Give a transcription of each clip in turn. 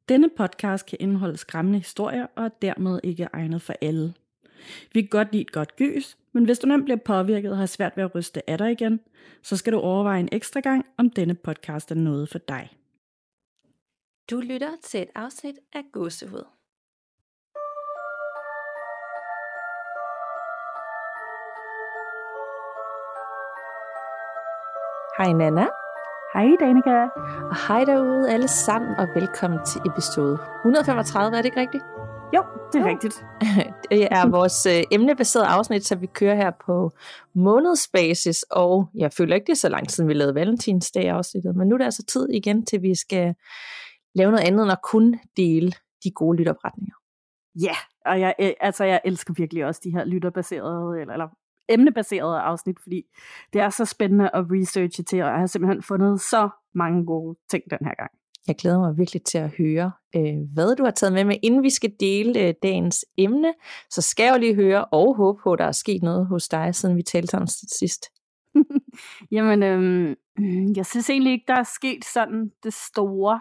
Denne podcast kan indeholde skræmmende historier og er dermed ikke egnet for alle. Vi kan godt lide et godt gys, men hvis du nemt bliver påvirket og har svært ved at ryste af dig igen, så skal du overveje en ekstra gang, om denne podcast er noget for dig. Du lytter til et afsnit af Gåsehud. Hej Nana. Hej Danika. Og hej derude alle sammen, og velkommen til episode 135, er det ikke rigtigt? Jo, det er rigtigt. Det er vores emnebaserede afsnit, som vi kører her på månedsbasis, og jeg føler ikke, det er så lang tid, vi lavede Valentinsdag afsnittet, men nu er det altså tid igen, til vi skal lave noget andet, end at kun dele de gode lytopretninger. Ja, og jeg elsker virkelig også de her lytterbaserede, eller emnebaserede afsnit, fordi det er så spændende at researche til, og jeg har simpelthen fundet så mange gode ting den her gang. Jeg glæder mig virkelig til at høre, hvad du har taget med. Men inden vi skal dele dagens emne, så skal jeg jo lige høre og håbe på, at der er sket noget hos dig, siden vi talte sammen sidst. Jamen, jeg synes egentlig ikke, der er sket sådan det store.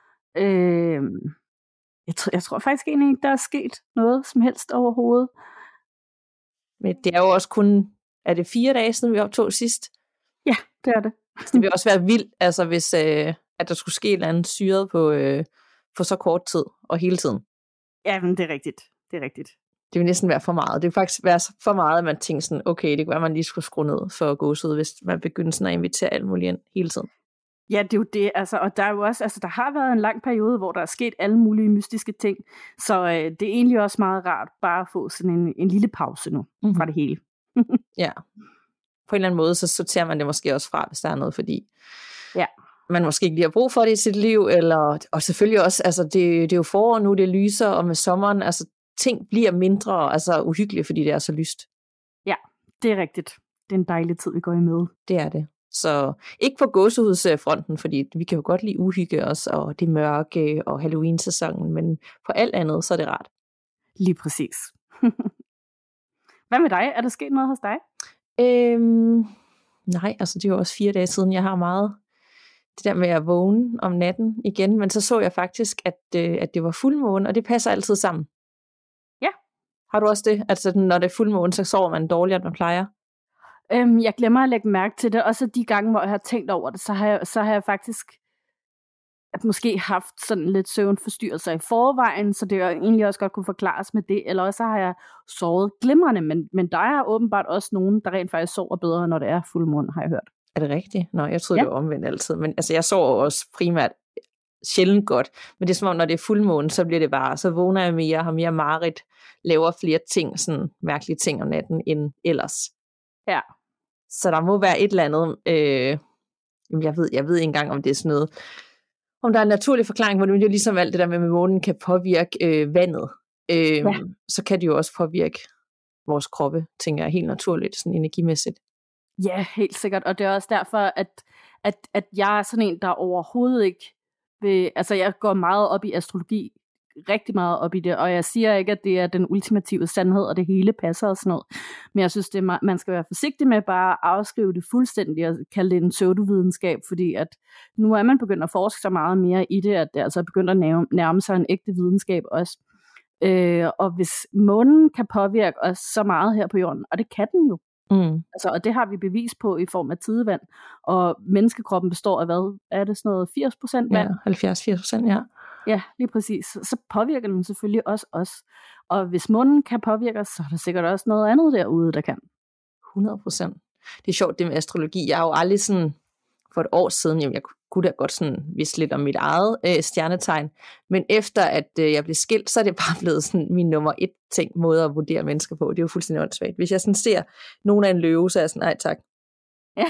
Jeg tror faktisk egentlig ikke, der er sket noget som helst overhovedet. Men det er jo også kun, er det 4 dage siden, vi optog sidst? Ja, det er det. Det vil også være vildt, altså hvis at der skulle ske et eller andet syret på så kort tid, og hele tiden. Ja, men det er rigtigt. Det er rigtigt. Det vil næsten være for meget. Det vil faktisk være for meget, at man tænker sådan, okay, det kan være, at man lige skulle skrue ned for gåsehud, hvis man begynder sådan at invitere alt muligt ind hele tiden. Ja, det er jo det, altså, og der er jo også, altså, der har været en lang periode, hvor der er sket alle mulige mystiske ting, så det er egentlig også meget rart bare at få sådan en lille pause nu fra det hele. Ja, på en eller anden måde, så sorterer man det måske også fra, hvis der er noget, fordi man måske ikke lige har brug for det i sit liv, og selvfølgelig også, altså det er jo forår nu, det lyser, og med sommeren, altså ting bliver mindre, altså uhyggelige, fordi det er så lyst. Ja, det er rigtigt. Det er en dejlig tid, vi går i møde. Det er det. Så ikke på gåsehudsfronten, fordi vi kan jo godt lide uhygge også, og det mørke og Halloween-sæsonen, men på alt andet, så er det rart. Lige præcis. Hvad med dig? Er der sket noget hos dig? Nej, altså det er jo også 4 dage siden, jeg har meget det der med at vågne om natten igen, men så jeg faktisk, at det var fuldmåne, og det passer altid sammen. Ja. Har du også det? Altså når det er fuldmåne, så sover man dårligere, end man plejer? Jeg glemmer at lægge mærke til det, og så de gange, hvor jeg har tænkt over det, så har jeg faktisk måske haft sådan lidt søvnforstyrrelser i forvejen, så det er egentlig også godt kunne forklares med det, eller også har jeg sovet glimrende, men der er åbenbart også nogen, der rent faktisk sover bedre, når det er fuldmåne, har jeg hørt. Er det rigtigt? Nå, jeg troede, det var omvendt altid, men altså jeg sover også primært sjældent godt, men det er som om, når det er fuldmåne, så bliver det bare, så vågner jeg mere, har mere mareridt, laver flere ting, sådan mærkelige ting om natten, end ellers. Ja. Så der må være et eller andet, jeg ved ikke engang, om det er sådan noget, om der er en naturlig forklaring, hvor det er ligesom alt det der med, at månen kan påvirke vandet, så kan det jo også påvirke vores kroppe, tænker jeg, helt naturligt, sådan energimæssigt. Ja, helt sikkert, og det er også derfor, at jeg er sådan en, der overhovedet ikke vil, altså jeg går meget op i astrologi, rigtig meget op i det, og jeg siger ikke, at det er den ultimative sandhed, og det hele passer og sådan noget, men jeg synes, man skal være forsigtig med bare at afskrive det fuldstændig og kalde det en pseudovidenskab, fordi at nu er man begyndt at forske så meget mere i det, at det altså er begyndt at nærme sig en ægte videnskab også. Og hvis månen kan påvirke os så meget her på jorden, og det kan den jo, altså, og det har vi bevis på i form af tidevand, og menneskekroppen består af hvad? Er det sådan noget 80% vand? Ja, 70-80%, ja. Ja, lige præcis. Så påvirker den selvfølgelig også os. Og hvis månen kan påvirke os, så er der sikkert også noget andet derude, der kan. 100%. Det er sjovt, det med astrologi. Jeg har jo aldrig sådan, for et år siden, jeg kunne da godt sådan vidste lidt om mit eget stjernetegn, men efter at jeg blev skilt, så er det bare blevet sådan min nummer 1 ting, måde at vurdere mennesker på. Det er jo fuldstændig åndssvagt. Hvis jeg sådan ser nogen af en løve, så er jeg sådan, nej tak. Ja.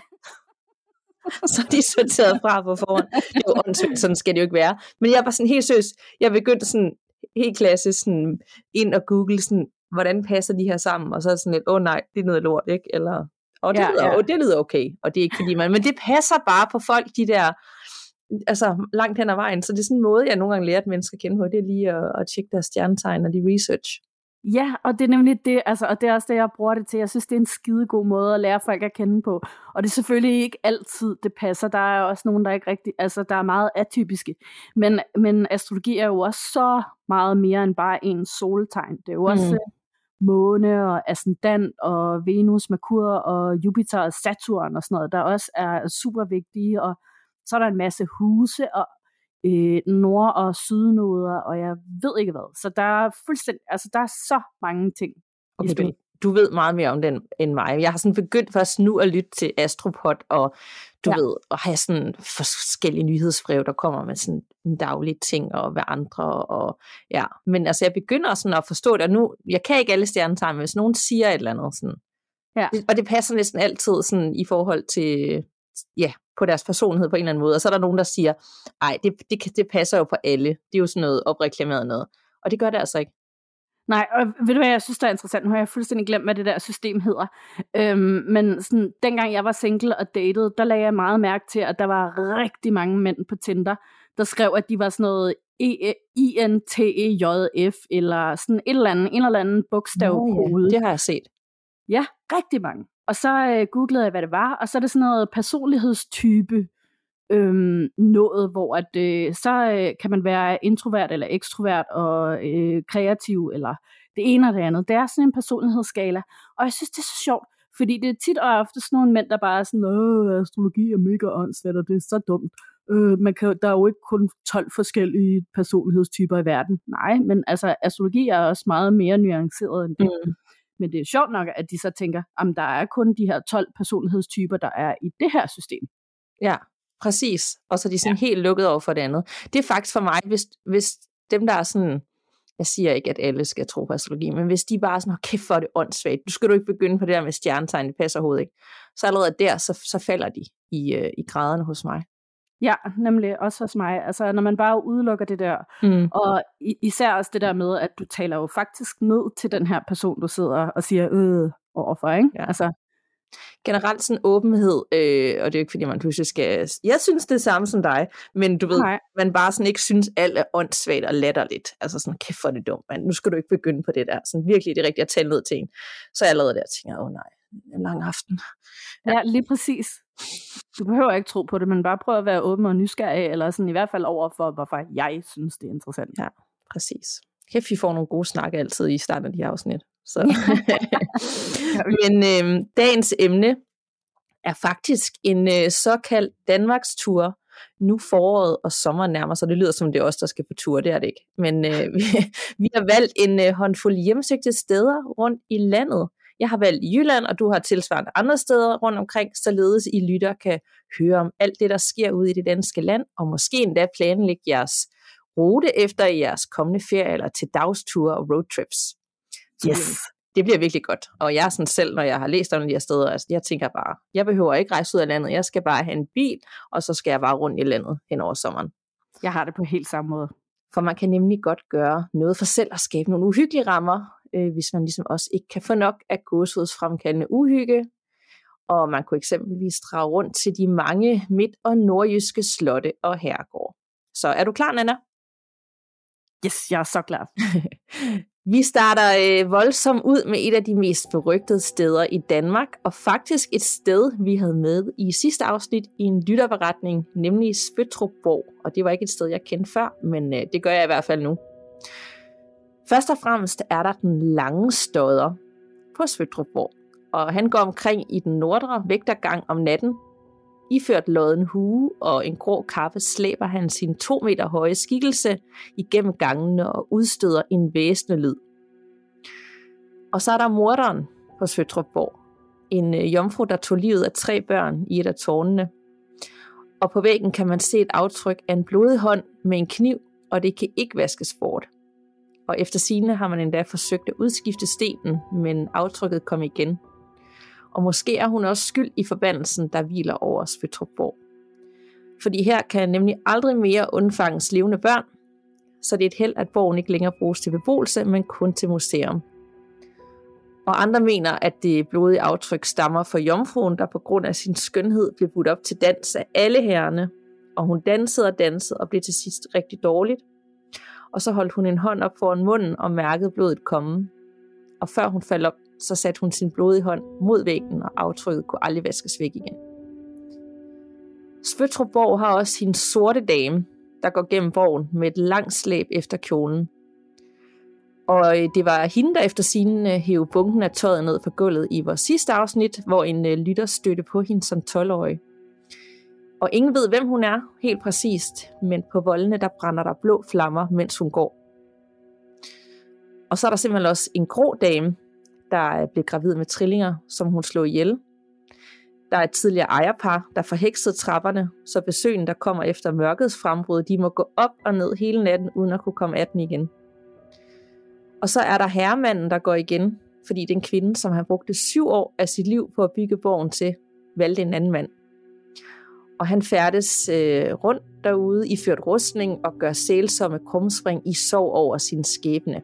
Så de er sorteret fra på forhånd. Det er jo åndssvagt, sådan skal det jo ikke være. Men jeg er bare sådan helt seriøs, jeg begyndte sådan helt klassisk sådan ind og google sådan, hvordan passer de her sammen, og så er det sådan lidt, nej, det er noget lort, ikke? Eller, det lyder okay, og det er ikke fordi man, men det passer bare på folk, de der, altså langt hen ad vejen, så det er sådan en måde, jeg nogle gange lærer at mennesker kende på, det er lige at tjekke deres stjernetegn og de research. Ja, og det er nemlig det, altså, og det er også det, jeg bruger det til. Jeg synes, det er en skidegod måde at lære folk at kende på. Og det er selvfølgelig ikke altid, det passer. Der er også nogen, der ikke rigtig, altså, der er meget atypiske. Men astrologi er jo også så meget mere end bare en soltegn. Det er jo også måne og ascendant og Venus, Merkur og Jupiter og Saturn og sådan noget, der også er super vigtige. Og så er der en masse huse og nord- og sydnoder, og jeg ved ikke hvad. Så der er fuldstændig, altså der er så mange ting i spil. Du ved meget mere om den end mig. Jeg har sådan begyndt først nu at lytte til Astropod, og du ved, at have sådan forskellige nyhedsbrev, der kommer med sådan en daglig ting, og hvad andre, og ja. Men altså, jeg begynder sådan at forstå det, og nu, jeg kan ikke alle stjernetegn, men hvis nogen siger et eller andet sådan, og det passer næsten altid sådan i forhold til, på deres personlighed på en eller anden måde, og så er der nogen, der siger, ej, det passer jo på alle, det er jo sådan noget opreklameret noget, og det gør det altså ikke. Nej, og ved du hvad, jeg synes, der er interessant, nu har jeg fuldstændig glemt, hvad det der system hedder, men sådan, dengang jeg var single og dated, der lagde jeg meget mærke til, at der var rigtig mange mænd på Tinder, der skrev, at de var sådan noget INTEJF, eller sådan en eller anden bogstavkode. Det har jeg set. Ja, rigtig mange. Og så googlede jeg, hvad det var, og så er det sådan noget personlighedstype noget, hvor at, så kan man være introvert eller ekstrovert og kreativ, eller det ene og det andet. Det er sådan en personlighedsskala, og jeg synes, det er så sjovt, fordi det er tit og ofte sådan nogle mænd, der bare er sådan, astrologi er mega åndssvagt, og det er så dumt. Der er jo ikke kun 12 forskellige personlighedstyper i verden. Nej, men altså, astrologi er også meget mere nuanceret end det. Men det er sjovt nok, at de så tænker, at der er kun de her 12 personlighedstyper, der er i det her system. Ja, præcis. Og så er de sådan helt lukket over for det andet. Det er faktisk for mig, hvis dem, der er sådan, jeg siger ikke, at alle skal tro på astrologi, men hvis de bare er sådan, kæft for det åndssvagt, du skal du ikke begynde på det der med stjernetegn, det passer overhovedet ikke. Så allerede der, så falder de i graderne hos mig. Ja, nemlig også hos mig. Altså, når man bare udelukker det der, og især også det der med, at du taler jo faktisk ned til den her person, du sidder og siger overfor, ikke? Ja. Altså. Generelt sådan åbenhed, og det er jo ikke, fordi man pludselig skal. Jeg synes det er samme som dig, men du ved, man bare sådan ikke synes, alt er åndssvagt og latterligt. Altså sådan, kæft for det dumt, man. Nu skal du ikke begynde på det der. Sådan virkelig det rigtige at tale ned til en. Så er jeg allerede der og tænker, nej, en lang aften. Ja, lige præcis. Du behøver ikke tro på det, men bare prøv at være åben og nysgerrig, eller sådan i hvert fald over for, hvorfor jeg synes, det er interessant. Ja, præcis. Kæft, vi får nogle gode snakke altid i starten af de her afsnit. Så. Men dagens emne er faktisk en såkaldt Danmarks tur. Nu foråret og sommeren nærmer sig. Det lyder som det er os, der skal på tur, det er det ikke. Men vi har valgt en håndfuld hjemsøgte steder rundt i landet. Jeg har valgt Jylland, og du har tilsvarende andre steder rundt omkring, således I lytter kan høre om alt det, der sker ude i det danske land, og måske endda planlægge jeres rute efter jeres kommende ferie, eller til dagsture og roadtrips. Yes. Det bliver virkelig godt. Og jeg er sådan selv, når jeg har læst om de her steder, altså jeg tænker bare, jeg behøver ikke rejse ud af landet, jeg skal bare have en bil, og så skal jeg bare rundt i landet hen over sommeren. Jeg har det på helt samme måde. For man kan nemlig godt gøre noget for selv at skabe nogle uhyggelige rammer, hvis man ligesom også ikke kan få nok af gåsehudsfremkaldende uhygge. Og man kunne eksempelvis drage rundt til de mange midt- og nordjyske slotte og herregårde. Så er du klar, Nanna? Yes, jeg er så klar. Vi starter voldsomt ud med et af de mest berygtede steder i Danmark, og faktisk et sted, vi havde med i sidste afsnit i en lytterberetning, nemlig Spøtrupborg. Og det var ikke et sted, jeg kendte før, men det gør jeg i hvert fald nu. Først og fremmest er der den lange stodder på Spøtrupborg, og han går omkring i den nordre vægtergang om natten. Iført lodden hue og en grå kappe slæber han sin 2 meter høje skikkelse igennem gangene og udstøder en væsende lyd. Og så er der morderen på Spøtrupborg. En jomfru, der tog livet af 3 børn i et af tårnene. Og på væggen kan man se et aftryk af en blodig hånd med en kniv, og det kan ikke vaskes bort. Og efter sigende har man endda forsøgt at udskifte stenen, men aftrykket kom igen. Og måske er hun også skyld i forbandelsen, der hviler over Spøtrupborg. Fordi her kan nemlig aldrig mere undfanges levende børn, så det er et held, at borgen ikke længere bruges til beboelse, men kun til museum. Og andre mener, at det blodige aftryk stammer fra jomfruen, der på grund af sin skønhed blev budt op til dans af alle herrerne, og hun dansede og blev til sidst rigtig dårligt. Og så holdt hun en hånd op foran munden og mærkede blodet komme. og før hun faldt op, så satte hun sin blodige hånd mod væggen, og aftrykket kunne aldrig vaskes væk igen. Spøttrup har også sin sorte dame, der går gennem borgen med et langt slæb efter kjolen. Og det var hende, der efter sigende hævde bunken af tøjet ned på gulvet i vores sidste afsnit, hvor en lytter stødte på hende som 12-årig. Og ingen ved, hvem hun er helt præcist, men på voldene der brænder der blå flammer, mens hun går. Og så er der simpelthen også en grå dame, der blev gravid med trillinger, som hun slog ihjel. Der er et tidligere ejerpar, der forheksede trapperne, så besøgende, der kommer efter mørkets frembrud, de må gå op og ned hele natten, uden at kunne komme af den igen. Og så er der herremanden, der går igen, fordi den kvinde, som han brugte 7 år af sit liv på at bygge borgen til, valgte en anden mand. Og han færdes rundt derude, iført rustning og gør sælsomme krumspring i sorg over sin skæbne.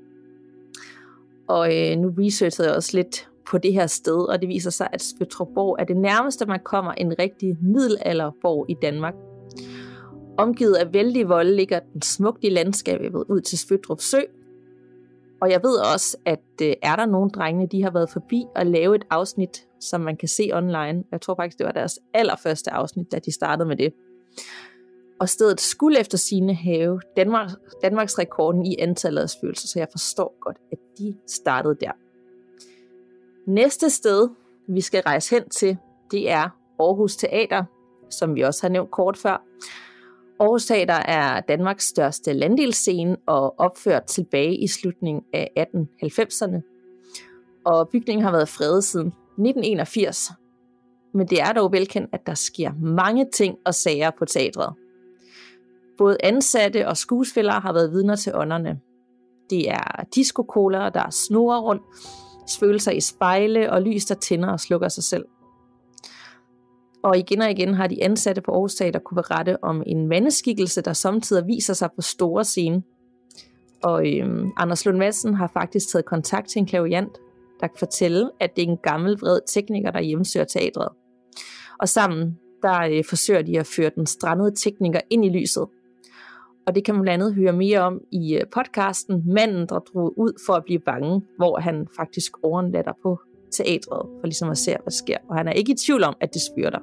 Og nu researchede jeg også lidt på det her sted, og det viser sig, at Spøttrup er det nærmeste, man kommer en rigtig middelalderborg i Danmark. Omgivet af vældige volde ligger den smukt i landskabet ud til Spøttrup Sø. Og jeg ved også, at er der nogle drengene, de har været forbi og lavet et afsnit, som man kan se online. Jeg tror faktisk, det var deres allerførste afsnit, da de startede med det. Og stedet skulle efter sigende have Danmarks rekorden i antallet af spøgelser, så jeg forstår godt, at de startede der. Næste sted, vi skal rejse hen til, det er Aarhus Teater, som vi også har nævnt kort før. Aarhus Teater er Danmarks største landdelscene og opført tilbage i slutningen af 1890'erne. Og bygningen har været fredet siden 1981. Men det er dog velkendt, at der sker mange ting og sager på teatret. Både ansatte og skuespillere har været vidner til ånderne. Det er diskokoler, der snurrer rundt, spøgelser i spejle og lys, der tænder og slukker sig selv. Og igen har de ansatte på Aarhus Teater kunne berette om en mandeskikkelse, der samtidig viser sig på store scene. Og Anders Lund Madsen har faktisk taget kontakt til en clairvoyant, der kan fortælle, at det er en gammel vred tekniker, der hjemsøger teatret. Og sammen der forsøger de at føre den strandede tekniker ind i lyset. Og det kan man blandt andet høre mere om i podcasten Manden, der drog ud for at blive bange, hvor han faktisk overnatter på teatret, for ligesom at se, hvad der sker. Og han er ikke i tvivl om, at det spyrter.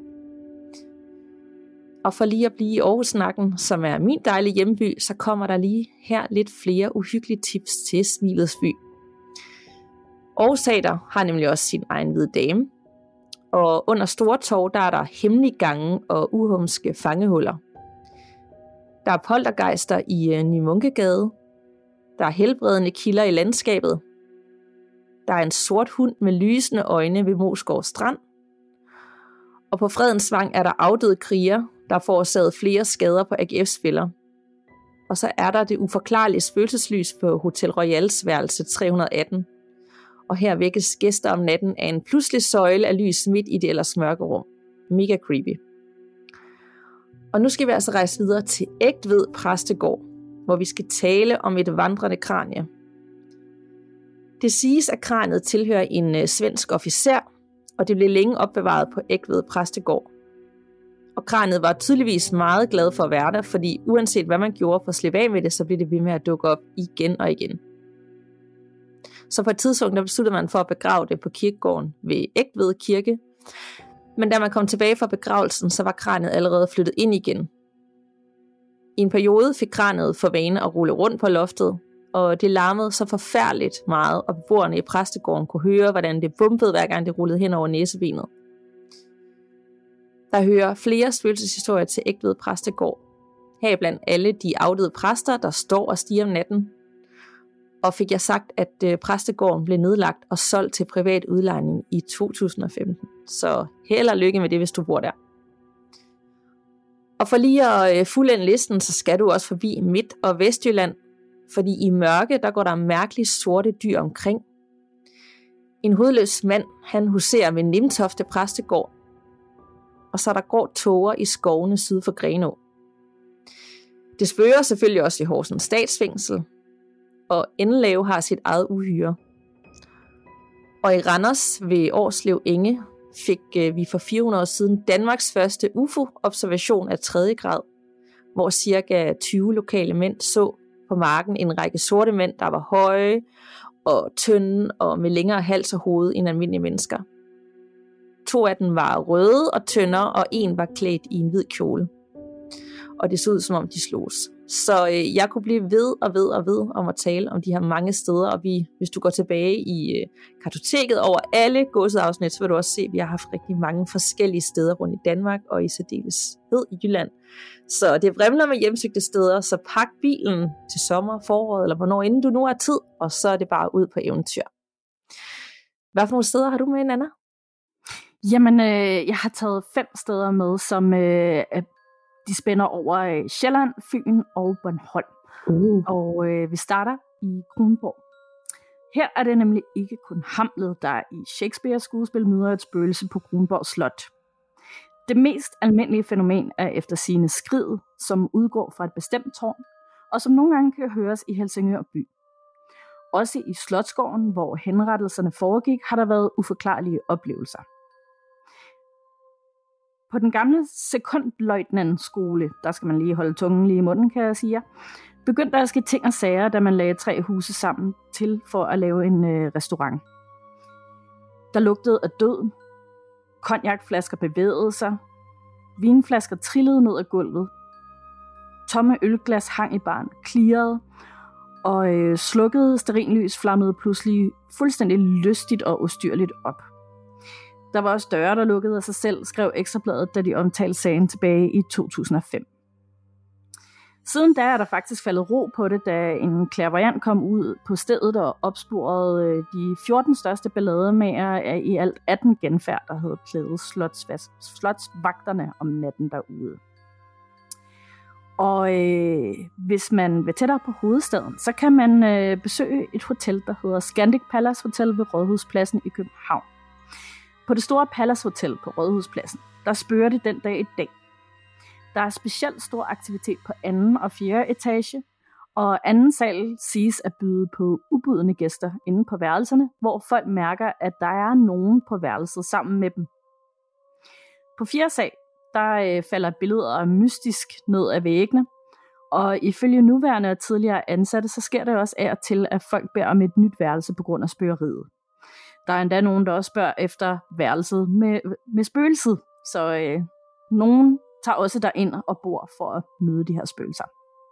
Og for lige at blive i Aarhus-snakken, som er min dejlige hjemby, så kommer der lige her lidt flere uhyggelige tips til Smilets by. Aarhus Teater har nemlig også sin egen hvide dame. Og under Stortorv, der er der hemmelige gange og uhumske fangehuller. Der er poltergeister i Ny Munkegade. Der er helbredende kilder i landskabet. Der er en sort hund med lysende øjne ved Moesgaard Strand. Og på Fredensvang er der afdøde kriger, der forårsaget flere skader på AGF-spillere. Og så er der det uforklarlige spøgelseslys på Hotel Royals værelse 318. Og her vækkes gæster om natten af en pludselig søjle af lys midt i det ellers mørke rum. Mega creepy. Og nu skal vi altså rejse videre til Egtved Præstegård, hvor vi skal tale om et vandrende kranie. Det siges, at kraniet tilhører en svensk officer, og det blev længe opbevaret på Egtved Præstegård. Og kraniet var tydeligvis meget glad for at være der, fordi uanset hvad man gjorde for at slippe af med det, så blev det ved med at dukke op igen og igen. Så på et tidspunkt der besluttede man for at begrave det på kirkegården ved Egtved Kirke. Men da man kom tilbage fra begravelsen, så var kraniet allerede flyttet ind igen. I en periode fik kraniet for vane at rulle rundt på loftet, og det larmede så forfærdeligt meget, og beboerne i præstegården kunne høre, hvordan det bumpede, hver gang det rullede hen over næsebenet. Der hører flere spøgelseshistorier til Egtved Præstegård. Heriblandt alle de afdøde præster, der står og stiger om natten. Og fik jeg sagt, at præstegården blev nedlagt og solgt til privat udlejning i 2015. Så held og lykke med det, hvis du bor der. Og for lige at fuldende listen, så skal du også forbi Midt- og Vestjylland, fordi i mørke, der går der mærkeligt sorte dyr omkring. En hovedløs mand, han huserer ved Nimtofte Præstegård, og så er der går tåger i skovene syd for Grenå. Det spøger selvfølgelig også i Horsens Statsfængsel, og Endelave har sit eget uhyre. Og i Randers ved Årslev Enge fik vi for 400 år siden Danmarks første UFO-observation af 3. grad, hvor cirka 20 lokale mænd så på marken en række sorte mænd, der var høje og tynde og med længere hals og hoved end almindelige mennesker. 2 af dem var røde og tyndere, og en var klædt i en hvid kjole. Og det så ud, som om de slogs. Så jeg kunne blive ved om at tale om de her mange steder, og hvis du går tilbage i kartoteket over alle gåseafsnit, så vil du også se, at vi har haft rigtig mange forskellige steder rundt i Danmark, og i særdeleshed i Jylland. Så det vrimler med hjemsøgte steder, så pak bilen til sommer, foråret, eller hvornår inden du nu har tid, og så er det bare ud på eventyr. Hvad for nogle steder har du med, Anna? Jamen, jeg har taget 5 steder med, som de spænder over Sjælland, Fyn og Bornholm. Og vi starter i Kronborg. Her er det nemlig ikke kun Hamlet, der i Shakespeares skuespil møder et spøgelse på Kronborg Slot. Det mest almindelige fænomen er eftersigende skridet, som udgår fra et bestemt tårn, og som nogle gange kan høres i Helsingør by. Også i Slotsgården, hvor henrettelserne foregik, har der været uforklarlige oplevelser. På den gamle sekundløjtnantskole, der skal man lige holde tungen lige i munden, kan jeg sige, begyndte der at ske ting og sager, da man lagde 3 huse sammen til for at lave en restaurant. Der lugtede af død, konjakflasker bevægede sig, vinflasker trillede ned ad gulvet, tomme ølglas hang i baren, klirrede, og slukkede stearinlys flammede pludselig fuldstændig lystigt og ustyrligt op. Der var også døre, der lukkede af sig selv, skrev Ekstrabladet, da de omtalte sagen tilbage i 2005. Siden da er der faktisk faldet ro på det, da en clairvoyant kom ud på stedet og opsporede de 14 største ballademager af i alt 18 genfærd, der havde klædet slotsvagterne om natten derude. Og hvis man vil tættere på hovedstaden, så kan man besøge et hotel, der hedder Scandic Palace Hotel ved Rådhuspladsen i København. På det store Palace Hotel på Rådhuspladsen, der spørger det den dag i dag. Der er specielt stor aktivitet på 2. og 4. etage, og 2. sal siges at byde på ubudne gæster inde på værelserne, hvor folk mærker, at der er nogen på værelset sammen med dem. På 4. sal, der falder billeder mystisk ned af væggene, og ifølge nuværende og tidligere ansatte, så sker det også af og til, at folk beder om et nyt værelse på grund af spøgeriet. Der er endda nogen, der også spørger efter værelset med spøgelset, så nogen tager også derind og bor for at møde de her spøgelser.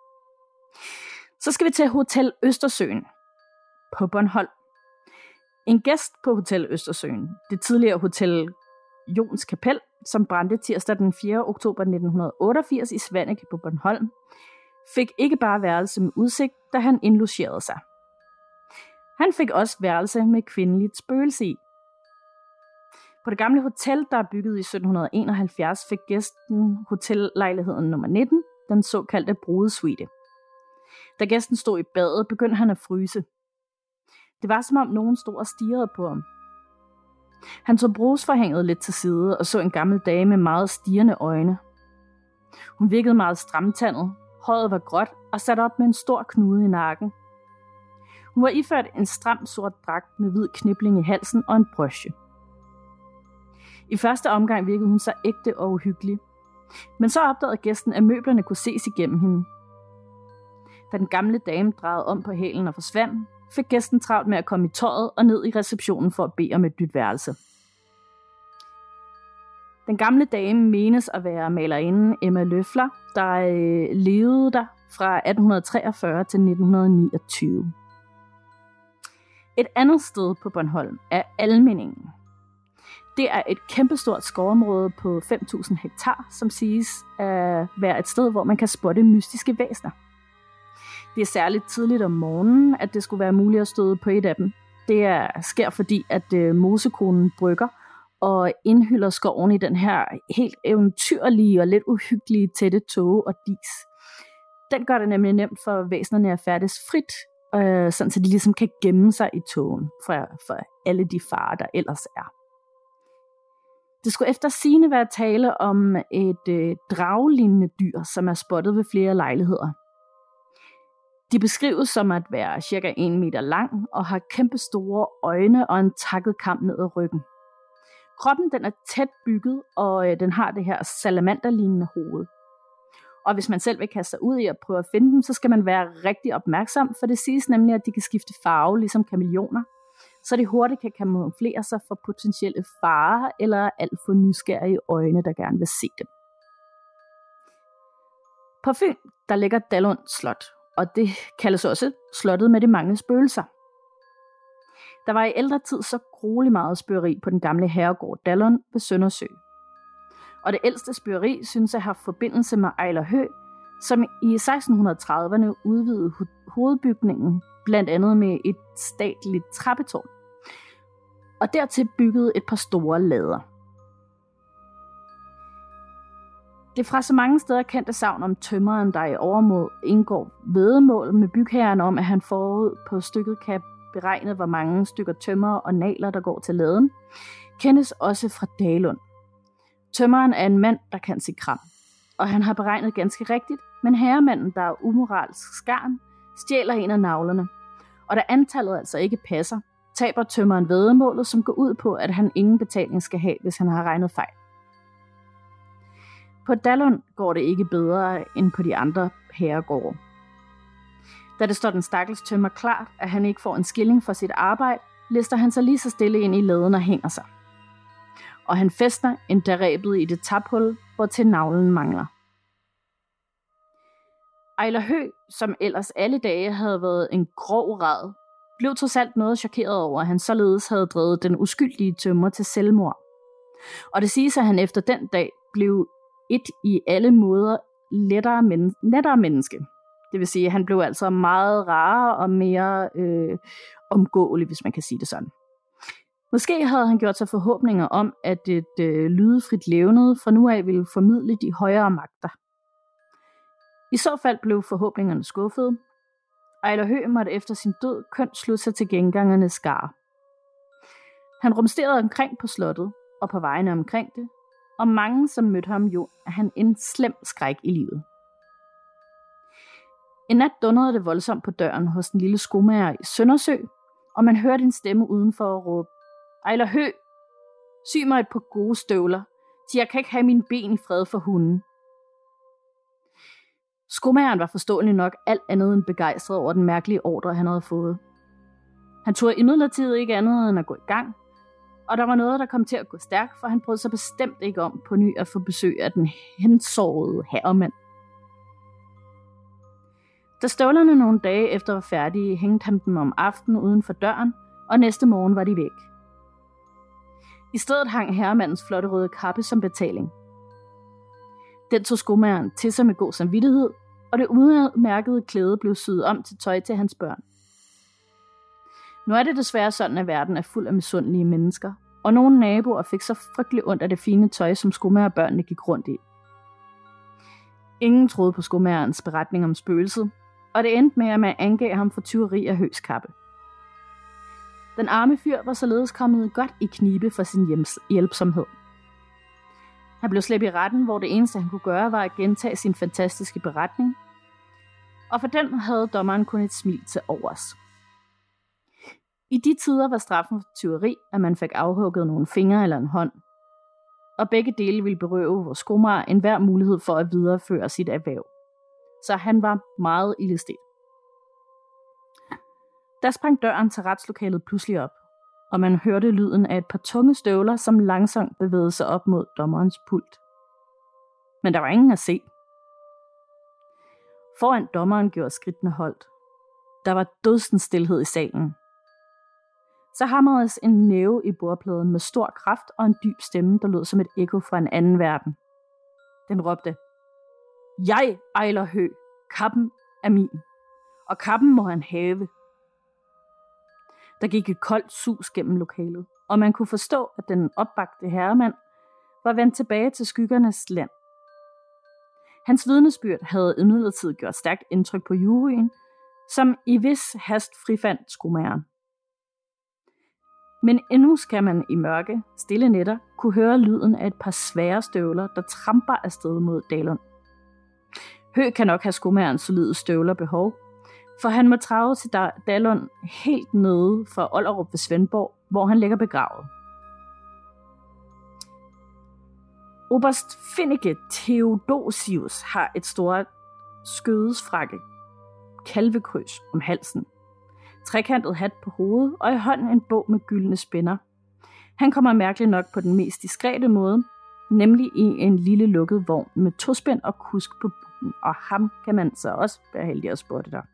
Så skal vi til Hotel Østersøen på Bornholm. En gæst på Hotel Østersøen, det tidligere Hotel Jons Kapel, som brændte tirsdag den 4. oktober 1988 i Svaneke på Bornholm, fik ikke bare værelse med udsigt, da han indlogerede sig. Han fik også værelse med kvindeligt spøgelse i. På det gamle hotel, der er bygget i 1771, fik gæsten hotellejligheden nummer 19, den såkaldte brudesuite. Da gæsten stod i badet, begyndte han at fryse. Det var som om nogen stod og stirrede på ham. Han tog brusforhænget lidt til side og så en gammel dame med meget stirrende øjne. Hun virkede meget stramtandet, håret var gråt og sat op med en stor knude i nakken. Hun var iført en stram sort dragt med hvid knibling i halsen og en broche. I første omgang virkede hun så ægte og uhyggelig. Men så opdagede gæsten, at møblerne kunne ses igennem hende. Da den gamle dame drejede om på hælen og forsvandt, fik gæsten travlt med at komme i tøjet og ned i receptionen for at bede om et nyt værelse. Den gamle dame menes at være malerinden Emma Løffler, der levede der fra 1843 til 1929. Et andet sted på Bornholm er Almindingen. Det er et kæmpestort skovområde på 5.000 hektar, som siges at være et sted, hvor man kan spotte mystiske væsener. Det er særligt tidligt om morgenen, at det skulle være muligt at støde på et af dem. Det sker fordi, at mosekonen brygger og indhylder skoven i den her helt eventyrlige og lidt uhyggelige tætte tåge og dis. Den gør det nemlig nemt for væsenerne at færdes frit, sådan så de ligesom kan gemme sig i tågen for alle de farer, der ellers er. Det skulle efter sigende være tale om et dragelignende dyr, som er spottet ved flere lejligheder. De beskrives som at være cirka 1 meter lang og har kæmpe store øjne og en takket kam ned ad ryggen. Kroppen den er tæt bygget, og den har det her salamanderlignende hoved. Og hvis man selv vil kaste sig ud i at prøve at finde dem, så skal man være rigtig opmærksom, for det siges nemlig, at de kan skifte farve, ligesom kameleoner, så de hurtigt kan kamuflere sig for potentielle farer eller alt for nysgerrige øjne, der gerne vil se dem. På Fyn, der ligger Dallund Slot, og det kaldes også slottet med de mange spøgelser. Der var i ældre tid så grueligt meget spøgeri på den gamle herregård Dallund ved Søndersø. Og det ældste spøgeri synes at have forbindelse med Ejler Høeg, som i 1630'erne udvidede hovedbygningen, blandt andet med et statligt trappetårn, og dertil byggede et par store lader. Det fra så mange steder kendte savn om tømmeren, der i overmod indgår væddemål med bygherren om, at han forud på stykket kan beregne, hvor mange stykker tømmer og naler, der går til laden, kendes også fra Dalund. Tømmeren er en mand, der kan sit kram, og han har beregnet ganske rigtigt, men herremanden, der er umoralsk skarn, stjæler en af navlerne. Og da antallet altså ikke passer, taber tømmeren væddemålet, som går ud på, at han ingen betaling skal have, hvis han har regnet fejl. På Dallund går det ikke bedre end på de andre herregårde. Da det står den stakkels tømmer klart, at han ikke får en skilling for sit arbejde, lister han sig lige så stille ind i laden og hænger sig. Og han fæstner endda rebet i det taphul, hvor til navlen mangler. Ejler Høeg, som ellers alle dage havde været en grov rad, blev trods alt noget chokeret over, at han således havde drevet den uskyldige tømmer til selvmord. Og det siges, at han efter den dag blev et i alle måder lettere menneske. Det vil sige, at han blev altså meget rarere og mere omgåelig, hvis man kan sige det sådan. Måske havde han gjort sig forhåbninger om, at et lydefrit levnede fra nu af ville formidle de højere magter. I så fald blev forhåbningerne skuffede. Ejler Høeg måtte efter sin død kønt slutte sig til gengangernes skare. Han rumsterede omkring på slottet og på vejene omkring det, og mange, som mødte ham, jo er han en slem skræk i livet. En nat dundrede det voldsomt på døren hos den lille skomager i Søndersø, og man hørte en stemme udenfor at råbe, Ejler Høeg, sy mig et par gode støvler, så jeg kan ikke have mine ben i fred for hunden. Skomageren var forståeligt nok alt andet end begejstret over den mærkelige ordre, han havde fået. Han turde imidlertid ikke andet end at gå i gang, og der var noget, der kom til at gå stærkt, for han brød sig bestemt ikke om på ny at få besøg af den hensårede herremand. Da støvlerne nogle dage efter var færdige, hængte han dem om aftenen uden for døren, og næste morgen var de væk. I stedet hang herremandens flotte røde kappe som betaling. Den tog skomageren til sig med god samvittighed, og det udmærkede klæde blev syet om til tøj til hans børn. Nu er det desværre sådan, at verden er fuld af misundelige mennesker, og nogle naboer fik så frygtelig ondt af det fine tøj, som skomagerbørnene gik rundt i. Ingen troede på skomagerens beretning om spøgelset, og det endte med, at man angav ham for tyveri af Høegs kappe. Den arme fyr var således kommet godt i knibe for sin hjælpsomhed. Han blev slæbt i retten, hvor det eneste, han kunne gøre, var at gentage sin fantastiske beretning, og for den havde dommeren kun et smil til overs. I de tider var straffen for tyveri, at man fik afhugget nogle fingre eller en hånd, og begge dele ville berøve vores skomager enhver mulighed for at videreføre sit erhverv. Så han var meget ildestet. Der sprang døren til retslokalet pludselig op, og man hørte lyden af et par tunge støvler, som langsomt bevægede sig op mod dommerens pult. Men der var ingen at se. Foran dommeren gjorde skridtene holdt. Der var dødsens stilhed i salen. Så hamredes en næve i bordpladen med stor kraft og en dyb stemme, der lød som et ekko fra en anden verden. Den råbte, Jeg, Ejler Høeg, kappen er min, og kappen må han have. Der gik et koldt sus gennem lokalet, og man kunne forstå, at den opbagte herremand var vendt tilbage til skyggernes land. Hans vidnesbyrd havde imidlertid gjort stærkt indtryk på juryen, som i vis hast frifandt skomageren. Men endnu skal man i mørke, stille nætter kunne høre lyden af et par svære støvler, der tramper afsted mod Dallund. Høeg kan nok have skomagerens solide støvler behov, for han må trage til Dallund helt nede fra Ollerup ved Svendborg, hvor han ligger begravet. Oberst Finnike Theodosius har et stort skødesfrakke, kalvekryds om halsen, trekantet hat på hovedet og i hånden en bog med gyldne spænder. Han kommer mærkeligt nok på den mest diskrete måde, nemlig i en lille lukket vogn med tospænd og kusk på bunden, og ham kan man så også være heldig at spotte der.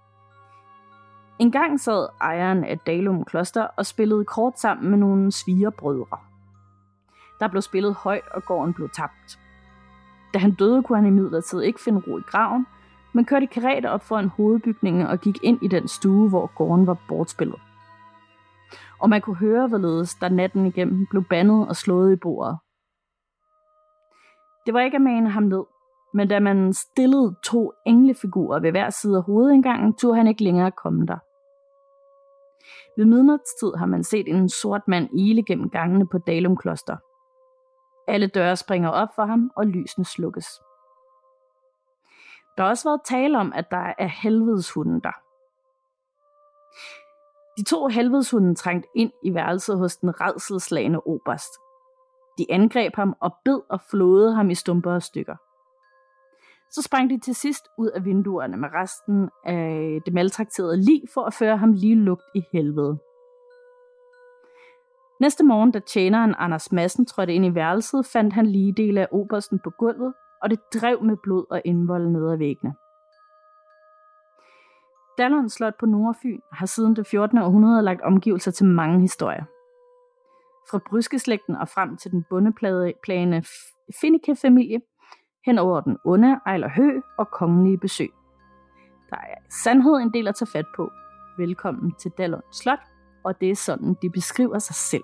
En gang sad ejeren af Dalum Kloster og spillede kort sammen med nogle svigerbrødre. Der blev spillet højt, og gården blev tabt. Da han døde, kunne han imidlertid ikke finde ro i graven, men kørte i karete op foran hovedbygningen og gik ind i den stue, hvor gården var bortspillet. Og man kunne høre, hvorledes der natten igennem blev bandet og slået i bordet. Det var ikke at mane ham ned, men da man stillede 2 englefigurer ved hver side af hovedindgangen, turde han ikke længere komme der. Ved midnatstid har man set en sort mand ile gennem gangene på Dalum Kloster. Alle døre springer op for ham, og lysene slukkes. Der har også været tale om, at der er helvedeshunden der. De 2 helvedeshunde trængte ind i værelset hos den rædselsslagne oberst. De angreb ham og bed og flåede ham i stumper og stykker. Så sprang de til sidst ud af vinduerne med resten af det maltrakterede lig for at føre ham lige lugt i helvede. Næste morgen, da tjeneren Anders Madsen trådte ind i værelset, fandt han ligedele af obersten på gulvet, og det drev med blod og indvold ned ad væggene. Dallund Slot på Nordfyn har siden det 14. århundrede lagt omgivelser til mange historier. Fra Bryskeslægten og frem til den bondeplagende Finnike-familie, hen over den onde Ejler Høeg og kongelige besøg. Der er sandhed en del at tage fat på. Velkommen til Dallund Slot, og det er sådan, de beskriver sig selv.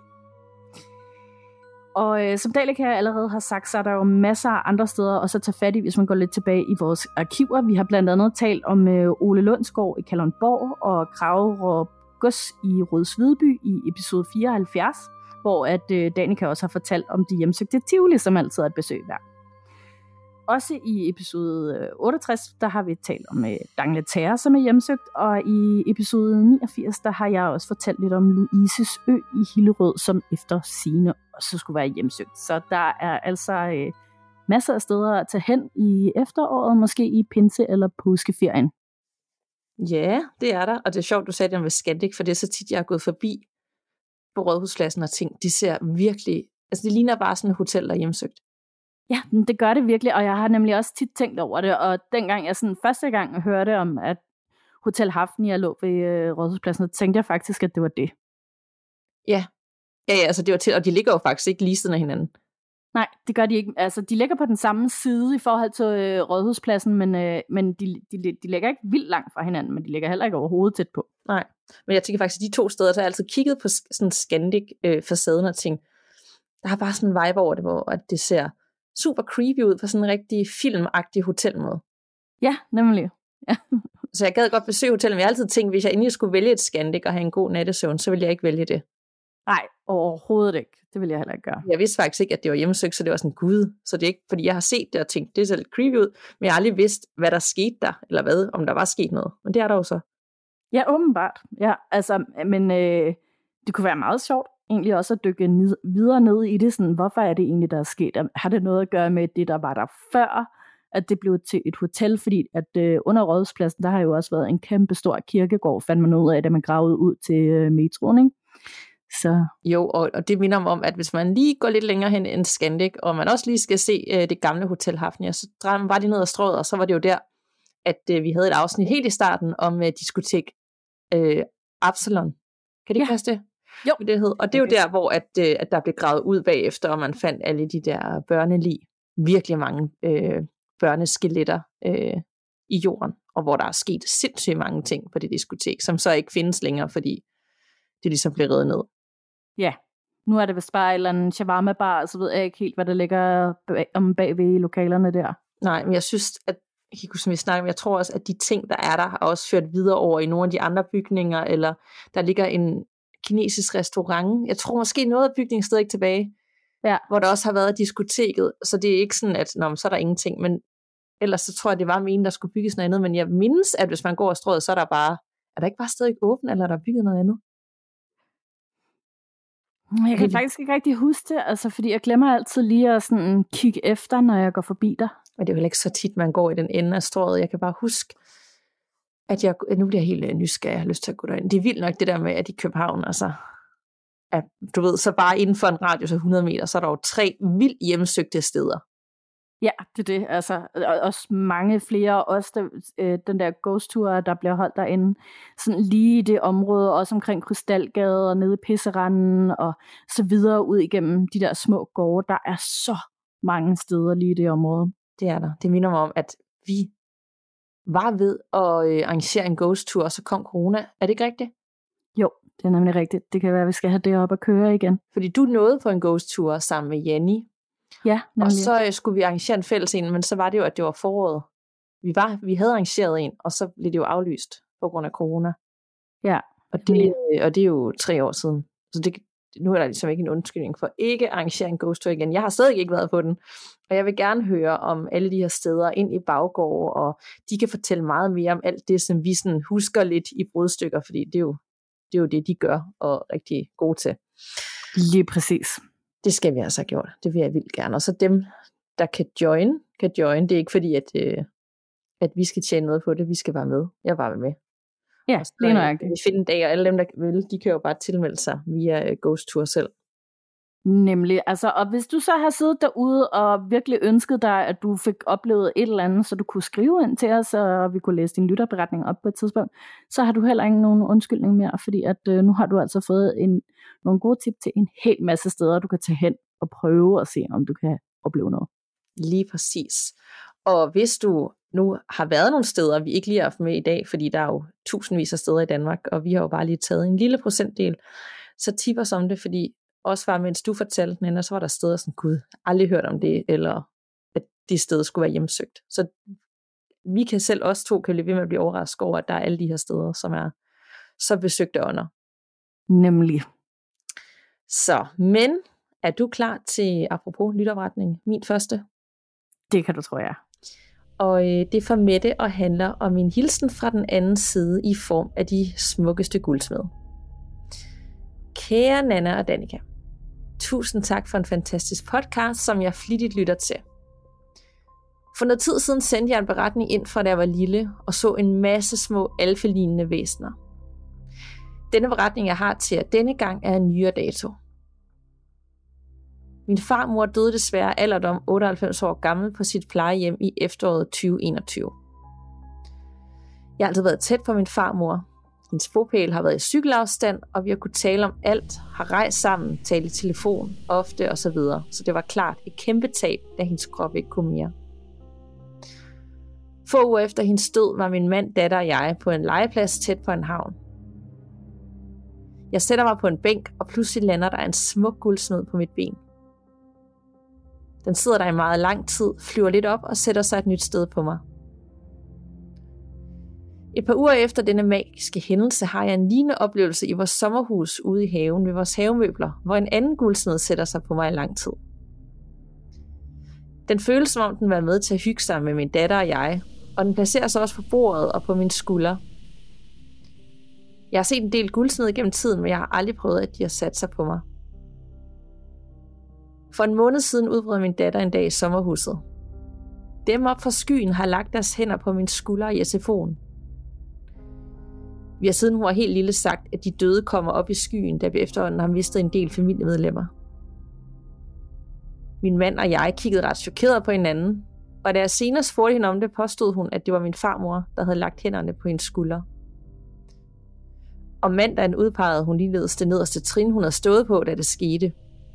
Og som Dahleke allerede har sagt, så er der jo masser af andre steder også at tage fat i, hvis man går lidt tilbage i vores arkiver. Vi har blandt andet talt om Ole Lundsgaard i Kalundborg og Kragerup Gods i Rødsvedby i episode 74, hvor at Danika også har fortalt om de hjemsøgte Tivoli, som altid er et besøg værd. Også i episode 68, der har vi talt om Dangleterre, som er hjemsøgt, og i episode 89, der har jeg også fortalt lidt om Louises Ø i Hillerød, som efter sigende også skulle være hjemsøgt. Så der er altså masser af steder at tage hen i efteråret, måske i pinse- eller påskeferien. Ja, det er der, og det er sjovt, du sagde det om Scandic, for det er så tit, jeg har gået forbi på Rådhuspladsen og tænkt, de ser virkelig, altså det ligner bare sådan et hotel, der er hjemsøgt. Ja, det gør det virkelig, og jeg har nemlig også tit tænkt over det, og dengang jeg sådan første gang hørte om, at Hotel Hafnia lå ved Rådhuspladsen, så tænkte jeg faktisk, at det var det. Ja, altså det var til, og de ligger jo faktisk ikke lige siden af hinanden. Nej, det gør de ikke. Altså, de ligger på den samme side i forhold til Rådhuspladsen, men de ligger ikke vildt langt fra hinanden, men de ligger heller ikke overhovedet tæt på. Nej, men jeg tænker faktisk, at de 2 steder, så har jeg altid kigget på sådan Scandic-facaden og tænkt, der har bare sådan en vibe over det, hvor at det ser super creepy ud på sådan en rigtig filmagtig hotelmåde. Ja, nemlig. Ja. Så jeg gad godt besøge hotellet, men jeg har altid tænkt, hvis jeg endelig skulle vælge et Scandic og have en god nattesøvn, så ville jeg ikke vælge det. Nej, overhovedet ikke. Det ville jeg heller ikke gøre. Jeg vidste faktisk ikke, at det var hjemsøgt, så det var sådan, gud. Så det er ikke, fordi jeg har set det og tænkt, det ser lidt creepy ud, men jeg har aldrig vidst, hvad der skete der, eller hvad, om der var sket noget. Men det er der jo så. Ja, åbenbart. Ja, altså, men det kunne være meget sjovt, egentlig også at dykke videre ned i det, sådan, hvorfor er det egentlig, der er sket? Har det noget at gøre med det, der var der før, at det blev til et hotel, fordi at under Rådhuspladsen, der har jo også været en kæmpe stor kirkegård, fandt man ud af, da man gravede ud til metroen, ikke? Så. Jo, og det minder om, at hvis man lige går lidt længere hen end Scandic, og man også lige skal se det gamle Hotel Hafnia, så drejer man bare lige ned ad strøget, og så var det jo der, at vi havde et afsnit helt i starten om diskotek Absalon. Kan det ikke passe det? Jo. Det hed. Og det er jo der, hvor at der blev gravet ud bagefter, og man fandt alle de der børnelig, virkelig mange børneskeletter i jorden, og hvor der er sket sindssygt mange ting på det diskotek, som så ikke findes længere, fordi det ligesom blev revet ned. Ja, nu er det vist bare et eller andet shawarma-bar, så ved jeg ikke helt, hvad der ligger bagved i lokalerne der. Nej, men jeg synes, at som vi snakker om, jeg tror også, at de ting, der er der, har også ført videre over i nogle af de andre bygninger, eller der ligger en kinesisk restaurant. Jeg tror måske noget af bygningen stadig ikke tilbage, hvor der også har været diskoteket, så det er ikke sådan, at så er der ingenting, men ellers så tror jeg, det var meningen, der skulle bygges noget andet, men jeg mindes, at hvis man går af strøget, så er der ikke bare stadig åbent, eller er der bygget noget andet? Jeg kan faktisk ikke rigtig huske det, altså, fordi jeg glemmer altid lige at sådan kigge efter, når jeg går forbi dig. Og det er jo heller ikke så tit, man går i den ende af strået. Jeg kan bare huske, at nu bliver jeg helt nysgerrig, jeg har lyst til at gå derind. Det er vildt nok det der med, at i København, altså, at, du ved, så bare inden for en radius af 100 meter, så er der jo 3 vildt hjemsøgte steder. Ja, det er det. Altså, også mange flere, også den der ghost-tur, der bliver holdt derinde, sådan lige i det område, også omkring Krystalgade og nede i Pisseranden og så videre ud igennem de der små gårde. Der er så mange steder lige i det område. Det er der. Det minder mig om, at vi var ved at arrangere en ghost-tur, og så kom corona. Er det ikke rigtigt? Jo, det er nemlig rigtigt. Det kan være, at vi skal have det op at køre igen. Fordi du nåede på en ghost-tur sammen med Janni. Ja, nemlig. Og så skulle vi arrangere en fælles en, men så var det jo, at det var foråret. Vi havde arrangeret en, og så blev det jo aflyst på grund af corona. Ja. Og det er jo 3 år siden. Så nu er der ligesom ikke en undskyldning for ikke at arrangere en ghost tour igen. Jeg har stadig ikke været på den. Og jeg vil gerne høre om alle de her steder ind i baggård, og de kan fortælle meget mere om alt det, som vi sådan husker lidt i brudstykker, fordi det er jo det, de gør, og er rigtig gode til. Lige præcis. Det skal vi altså have gjort. Det vil jeg vildt gerne. Og så dem, der kan join. Det er ikke fordi, at vi skal tjene noget på det. Vi skal bare med. Jeg var med. Ja, lige nøjagtigt. Vi finder en dag, og alle dem, der vil, de kan jo bare tilmelde sig via Ghost Tour selv. Nemlig, altså, og hvis du så har siddet derude og virkelig ønsket dig, at du fik oplevet et eller andet, så du kunne skrive ind til os, og vi kunne læse din lytterberetning op på et tidspunkt, så har du heller ikke nogen undskyldning mere, fordi at nu har du altså fået nogle gode tip til en hel masse steder, du kan tage hen og prøve at se, om du kan opleve noget. Lige præcis. Og hvis du nu har været nogle steder, vi ikke lige har haft med i dag, fordi der er jo tusindvis af steder i Danmark, og vi har jo bare lige taget en lille procentdel, så tip os om det, fordi også var, mens du fortalte den, og så var der steder sådan, gud, aldrig hørt om det, eller at de steder skulle være hjemsøgt. Så vi kan selv også to kan blive ved med at blive overrasket over, at der er alle de her steder, som er så besøgte ånder. Nemlig. Så, men er du klar til, apropos lytterberetning, min første? Det kan du, tror jeg. Og det er for Mette og handler om en hilsen fra den anden side i form af de smukkeste guldsmede. Kære Nanna og Danika, tusind tak for en fantastisk podcast, som jeg flittigt lytter til. For noget tid siden sendte jeg en beretning ind fra da jeg var lille og så en masse små alfelignende væsener. Denne beretning jeg har til jer denne gang er en nyere dato. Min farmor døde desværre alderdom 98 år gammel på sit plejehjem i efteråret 2021. Jeg har altid været tæt på min farmor. Hendes bopæl har været i cykelafstand, og vi har kunnet tale om alt, har rejst sammen, talt i telefon, ofte osv. Så det var klart et kæmpe tab, da hendes krop ikke kunne mere. Få uger efter hendes død var min mand, datter og jeg på en legeplads tæt på en havn. Jeg sætter mig på en bænk, og pludselig lander der en smuk guldsmed på mit ben. Den sidder der i meget lang tid, flyver lidt op og sætter sig et nyt sted på mig. Et par uger efter denne magiske hændelse har jeg en lignende oplevelse i vores sommerhus ude i haven ved vores havemøbler, hvor en anden guldsmed sætter sig på mig i lang tid. Den føles som om den var med til at hygge sig med min datter og jeg, og den placerer sig også på bordet og på mine skuldre. Jeg har set en del guldsmede gennem tiden, men jeg har aldrig prøvet, at de har sat sig på mig. For en måned siden udbrød min datter en dag i sommerhuset. Dem op fra skyen har lagt deres hænder på mine skuldre i SFO'en. Vi har siden hun var helt lille sagt, at de døde kommer op i skyen, da vi efterhånden har mistet en del familiemedlemmer. Min mand og jeg kiggede ret chokeret på hinanden, og da jeg senere spurgte hende om det, påstod hun, at det var min farmor, der havde lagt hænderne på hendes skuldre. Om mandagen udpegede hun ligeledes det nederste trin, hun havde stået på, da det skete.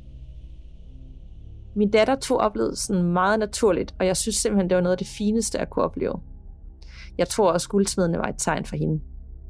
Min datter tog oplevelsen meget naturligt, og jeg synes simpelthen, det var noget af det fineste, jeg kunne opleve. Jeg tror også, guldsmedene var et tegn for hende.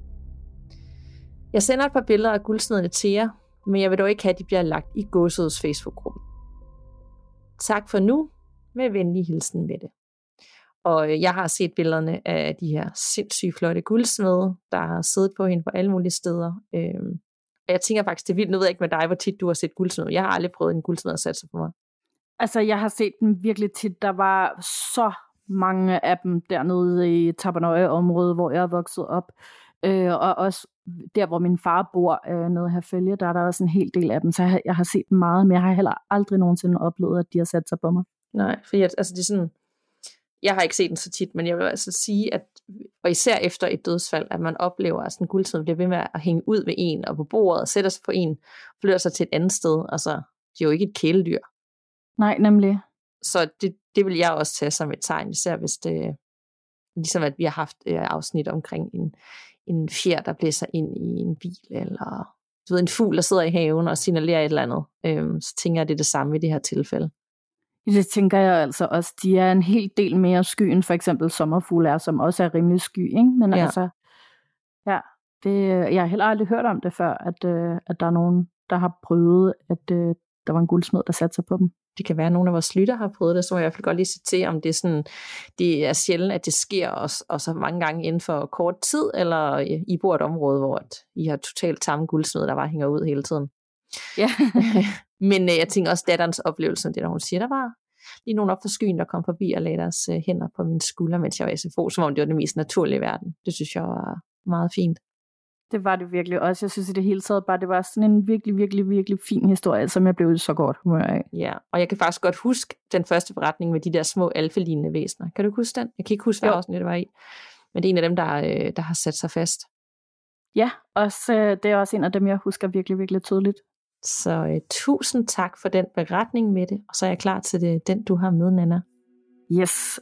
Jeg sender et par billeder af guldsmedene til jer, men jeg vil dog ikke have, at de bliver lagt i Gåsøds Facebook-gruppe. Tak for nu. Med venlig hilsen, Mette. Og jeg har set billederne af de her sindssygt flotte guldsmede, der har siddet på hende på alle mulige steder. Og jeg tænker faktisk, det er vildt. Nu ved jeg ikke med dig, hvor tit du har set guldsmede. Jeg har aldrig prøvet en guldsmed at sætte sig på mig. Altså, jeg har set dem virkelig tit. Der var så mange af dem dernede i Tabernøje-området, hvor jeg er vokset op. Og også der, hvor min far bor nede i Herfølge, der er der også en hel del af dem, så jeg har set dem meget, men jeg har heller aldrig nogensinde oplevet, at de har sat sig på mig. Nej, for altså det er sådan, jeg har ikke set den så tit, men jeg vil altså sige, at og især efter et dødsfald, at man oplever, at sådan en guldsmed bliver ved med at hænge ud ved en, og på bordet, og sætter sig på en, flytter sig til et andet sted. Altså, det er jo ikke et kæledyr. Nej, nemlig. Så det vil jeg også tage som et tegn, især hvis det, ligesom at vi har haft afsnit omkring en fjer, der blæser ind i en bil, eller du ved, en fugl, der sidder i haven og signalerer et eller andet. Så tænker jeg, det er det samme i det her tilfælde. Det tænker jeg altså også. De er en hel del mere sky, end for eksempel sommerfugle er, som også er rimelig sky, ikke? Men altså, ja, jeg har heller aldrig hørt om det før, at der er nogen, der har prøvet, at der var en guldsmed, der satte sig på dem. Det kan være, at nogle af vores lytter har prøvet det, så må jeg i hvert fald godt lige se om det er sådan, det er sjældent, at det sker, og så mange gange inden for kort tid, eller I bor et område, hvor I har totalt tamme guldsmed, der bare hænger ud hele tiden. Ja. Men jeg tænker også, datterens oplevelse, det der hun siger, der var lige nogen op for skyen, der kom forbi og lagde deres hænder på mine skuldre, mens jeg var i SFO, som om det var det mest naturlige i verden. Det synes jeg var meget fint. Det var det virkelig også. Jeg synes i det hele taget bare, det var sådan en virkelig, virkelig, virkelig fin historie, som jeg blev så godt humør af. Ja, og jeg kan faktisk godt huske den første beretning med de der små alfelignende væsener. Kan du huske den? Jeg kan ikke huske, hvad afsnit det var i. Men det er en af dem, der har sat sig fast. Ja, også, det er også en af dem, jeg husker virkelig, virkelig tydeligt. Så tusind tak for den beretning med det, og så er jeg klar til den, du har med, Nanna. Yes,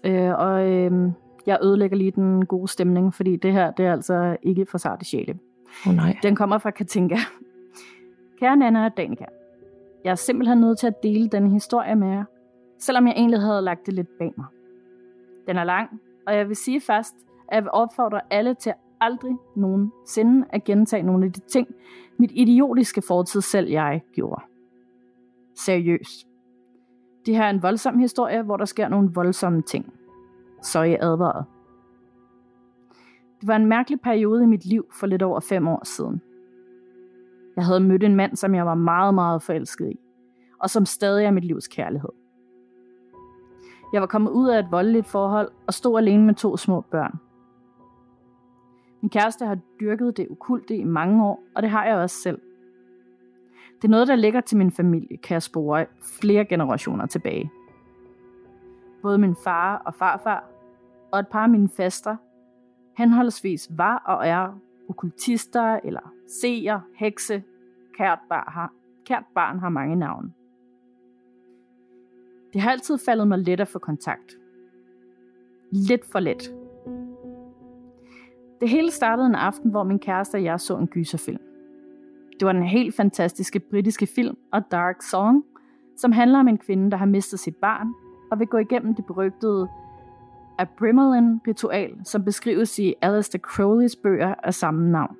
jeg ødelægger lige den gode stemning, fordi det her, det er altså ikke for sarte sjæle. Nej. Den kommer fra Katinka. Kære Nanna og Danika, jeg er simpelthen nødt til at dele denne historie med jer, selvom jeg egentlig havde lagt det lidt bag mig. Den er lang, og jeg vil sige først, at jeg vil opfordre alle til aldrig nogensinde at gentage nogle af de ting, mit idiotiske fortid selv jeg gjorde. Seriøst. Det her er en voldsom historie, hvor der sker nogle voldsomme ting. Så I advaret. Det var en mærkelig periode i mit liv for lidt over 5 år siden. Jeg havde mødt en mand, som jeg var meget, meget forelsket i, og som stadig er mit livs kærlighed. Jeg var kommet ud af et voldeligt forhold og stod alene med 2 små børn. Min kæreste har dyrket det okulte i mange år, og det har jeg også selv. Det er noget, der ligger til min familie, kan jeg spore flere generationer tilbage. Både min far og farfar, og et par af mine faster, henholdsvis var og er okkultister eller seer, hekse, kært barn har mange navne. Det har altid faldet mig let at få kontakt. Lidt for let. Det hele startede en aften, hvor min kæreste og jeg så en gyserfilm. Det var den helt fantastiske britiske film A Dark Song, som handler om en kvinde, der har mistet sit barn og vil gå igennem det berygtede Abramelin-ritual, som beskrives i Aleister Crowleys bøger af samme navn.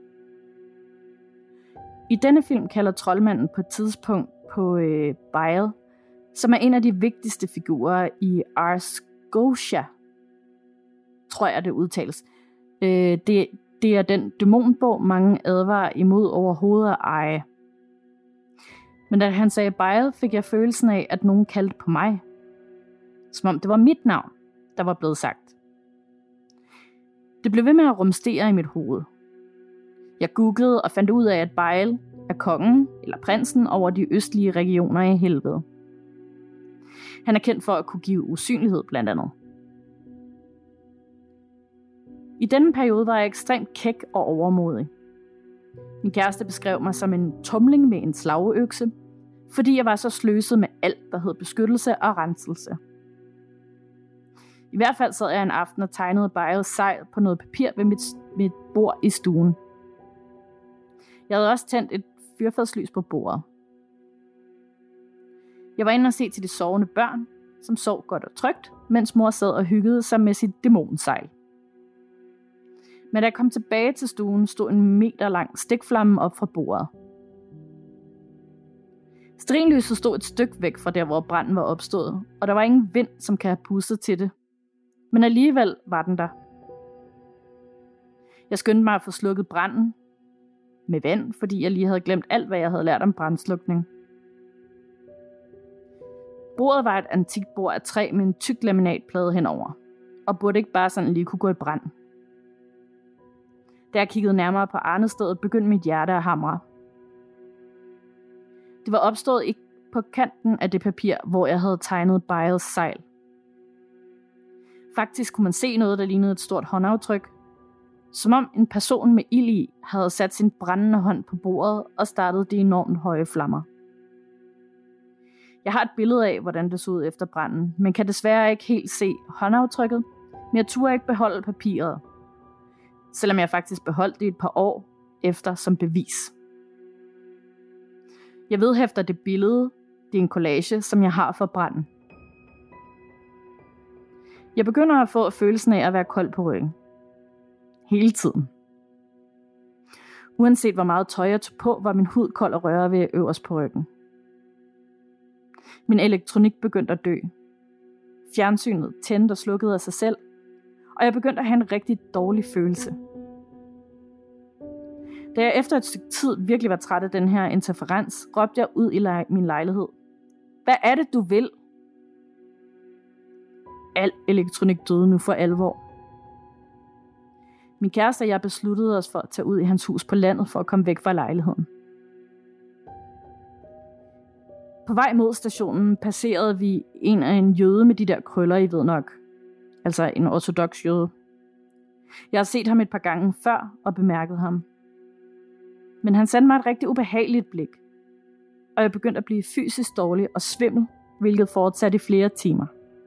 I denne film kalder troldmanden på et tidspunkt på Bile, som er en af de vigtigste figurer i Ars Goetia, tror jeg det udtales. Det er den dæmonbog, mange advarer imod overhovedet at eje. Men da han sagde Bile, fik jeg følelsen af, at nogen kaldte på mig. Som om det var mit navn, der var blevet sagt. Det blev ved med at rumstere i mit hoved. Jeg googlede og fandt ud af, at Bile er kongen eller prinsen over de østlige regioner i helvede. Han er kendt for at kunne give usynlighed blandt andet. I denne periode var jeg ekstremt kæk og overmodig. Min kæreste beskrev mig som en tumling med en slagøkse, fordi jeg var så sløset med alt, der hed beskyttelse og renselse. I hvert fald sad jeg en aften og tegnede Biles sejl på noget papir ved mit bord i stuen. Jeg havde også tændt et fyrfadslys på bordet. Jeg var inde og se til de sovende børn, som sov godt og trygt, mens mor sad og hyggede sig med sit dæmonsejl. Men da jeg kom tilbage til stuen, stod en meter lang stikflamme op fra bordet. Stearinlyset stod et stykke væk fra der, hvor branden var opstået, og der var ingen vind, som kan have pustet til det. Men alligevel var den der. Jeg skyndte mig at få slukket branden med vand, fordi jeg lige havde glemt alt, hvad jeg havde lært om brandslukning. Bordet var et antikt bord af træ med en tyk laminatplade henover, og burde ikke bare sådan lige kunne gå i brand. Da jeg kiggede nærmere på arnestedet, begyndte mit hjerte at hamre. Det var opstået ikke på kanten af det papir, hvor jeg havde tegnet Biles sejl. Faktisk kunne man se noget, der lignede et stort håndaftryk, som om en person med ild i havde sat sin brændende hånd på bordet og startet de enormt høje flammer. Jeg har et billede af, hvordan det så ud efter branden, men kan desværre ikke helt se håndaftrykket, men jeg turde ikke beholde papiret, selvom jeg faktisk beholdt det et par år efter som bevis. Jeg vedhæfter det billede, det er en collage, som jeg har for branden. Jeg begynder at få følelsen af at være kold på ryggen. Hele tiden. Uanset hvor meget tøj jeg tog på, var min hud kold og røre ved øverst på ryggen. Min elektronik begyndte at dø. Fjernsynet tændte og slukkede af sig selv, og jeg begyndte at have en rigtig dårlig følelse. Da jeg efter et stykke tid virkelig var træt af den her interferens, råbte jeg ud i min lejlighed. Hvad er det, du vil? Al elektronik døde nu for alvor. Min kæreste og jeg besluttede os for at tage ud i hans hus på landet for at komme væk fra lejligheden. På vej mod stationen passerede vi en jøde med de der krøller, I ved nok. Altså en ortodoks jøde. Jeg har set ham et par gange før og bemærket ham. Men han sendte mig et rigtig ubehageligt blik. Og jeg begyndte at blive fysisk dårlig og svimmel, hvilket fortsatte i flere timer.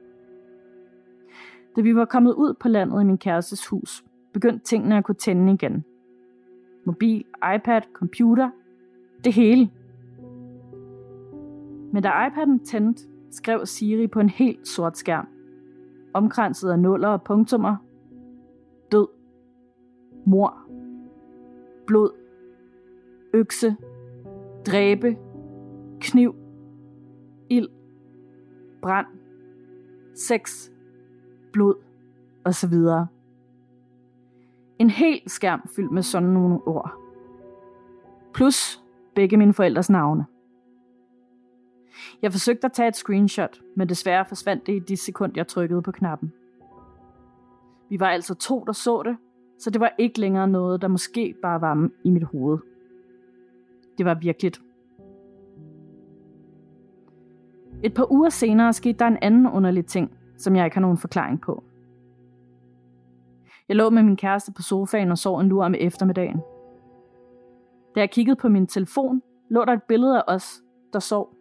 Da vi var kommet ud på landet i min kærestes hus, begyndte tingene at kunne tænde igen. Mobil, iPad, computer, det hele. Men da iPad'en tændte, skrev Siri på en helt sort skærm, omkranset af nuller og punktummer: død, mord, blod, økse, dræbe, kniv, ild, brand, sex, blod osv. En hel skærm fyldt med sådan nogle ord. Plus begge mine forældres navne. Jeg forsøgte at tage et screenshot, men desværre forsvandt det i de sekunder, jeg trykkede på knappen. Vi var altså 2, der så det, så det var ikke længere noget, der måske bare var i mit hoved. Det var virkeligt. Et par uger senere skete der en anden underlig ting, som jeg ikke har nogen forklaring på. Jeg lå med min kæreste på sofaen og sov en lur om eftermiddagen. Da jeg kiggede på min telefon, lå der et billede af os, der sov.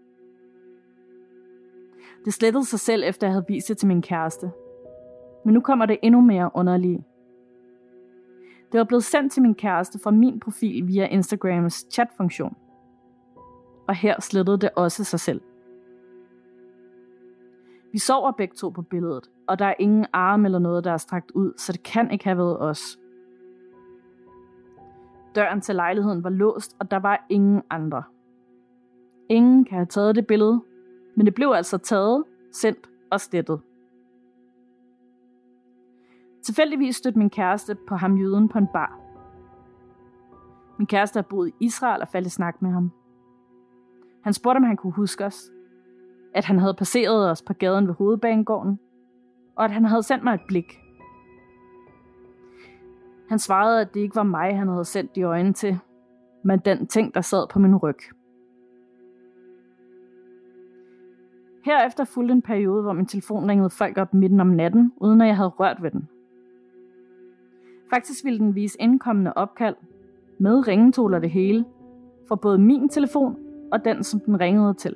Det slettede sig selv, efter jeg havde vist det til min kæreste. Men nu kommer det endnu mere underlige. Det var blevet sendt til min kæreste fra min profil via Instagrams chatfunktion. Og her slettede det også sig selv. Vi sover begge to på billedet, og der er ingen arme eller noget, der er strakt ud, så det kan ikke have været os. Døren til lejligheden var låst, og der var ingen andre. Ingen kan have taget det billede, men det blev altså taget, sendt og slettet. Tilfældigvis stødte min kæreste på ham jøden på en bar. Min kæreste har boet i Israel og faldt i snak med ham. Han spurgte, om han kunne huske os, at han havde passeret os på gaden ved hovedbanegården, og at han havde sendt mig et blik. Han svarede, at det ikke var mig, han havde sendt de øjne til, men den ting, der sad på min ryg. Herefter fulgte en periode, hvor min telefon ringede folk op midten om natten, uden at jeg havde rørt ved den. Faktisk ville den vise indkommende opkald, med ringetoner det hele, fra både min telefon og den, som den ringede til.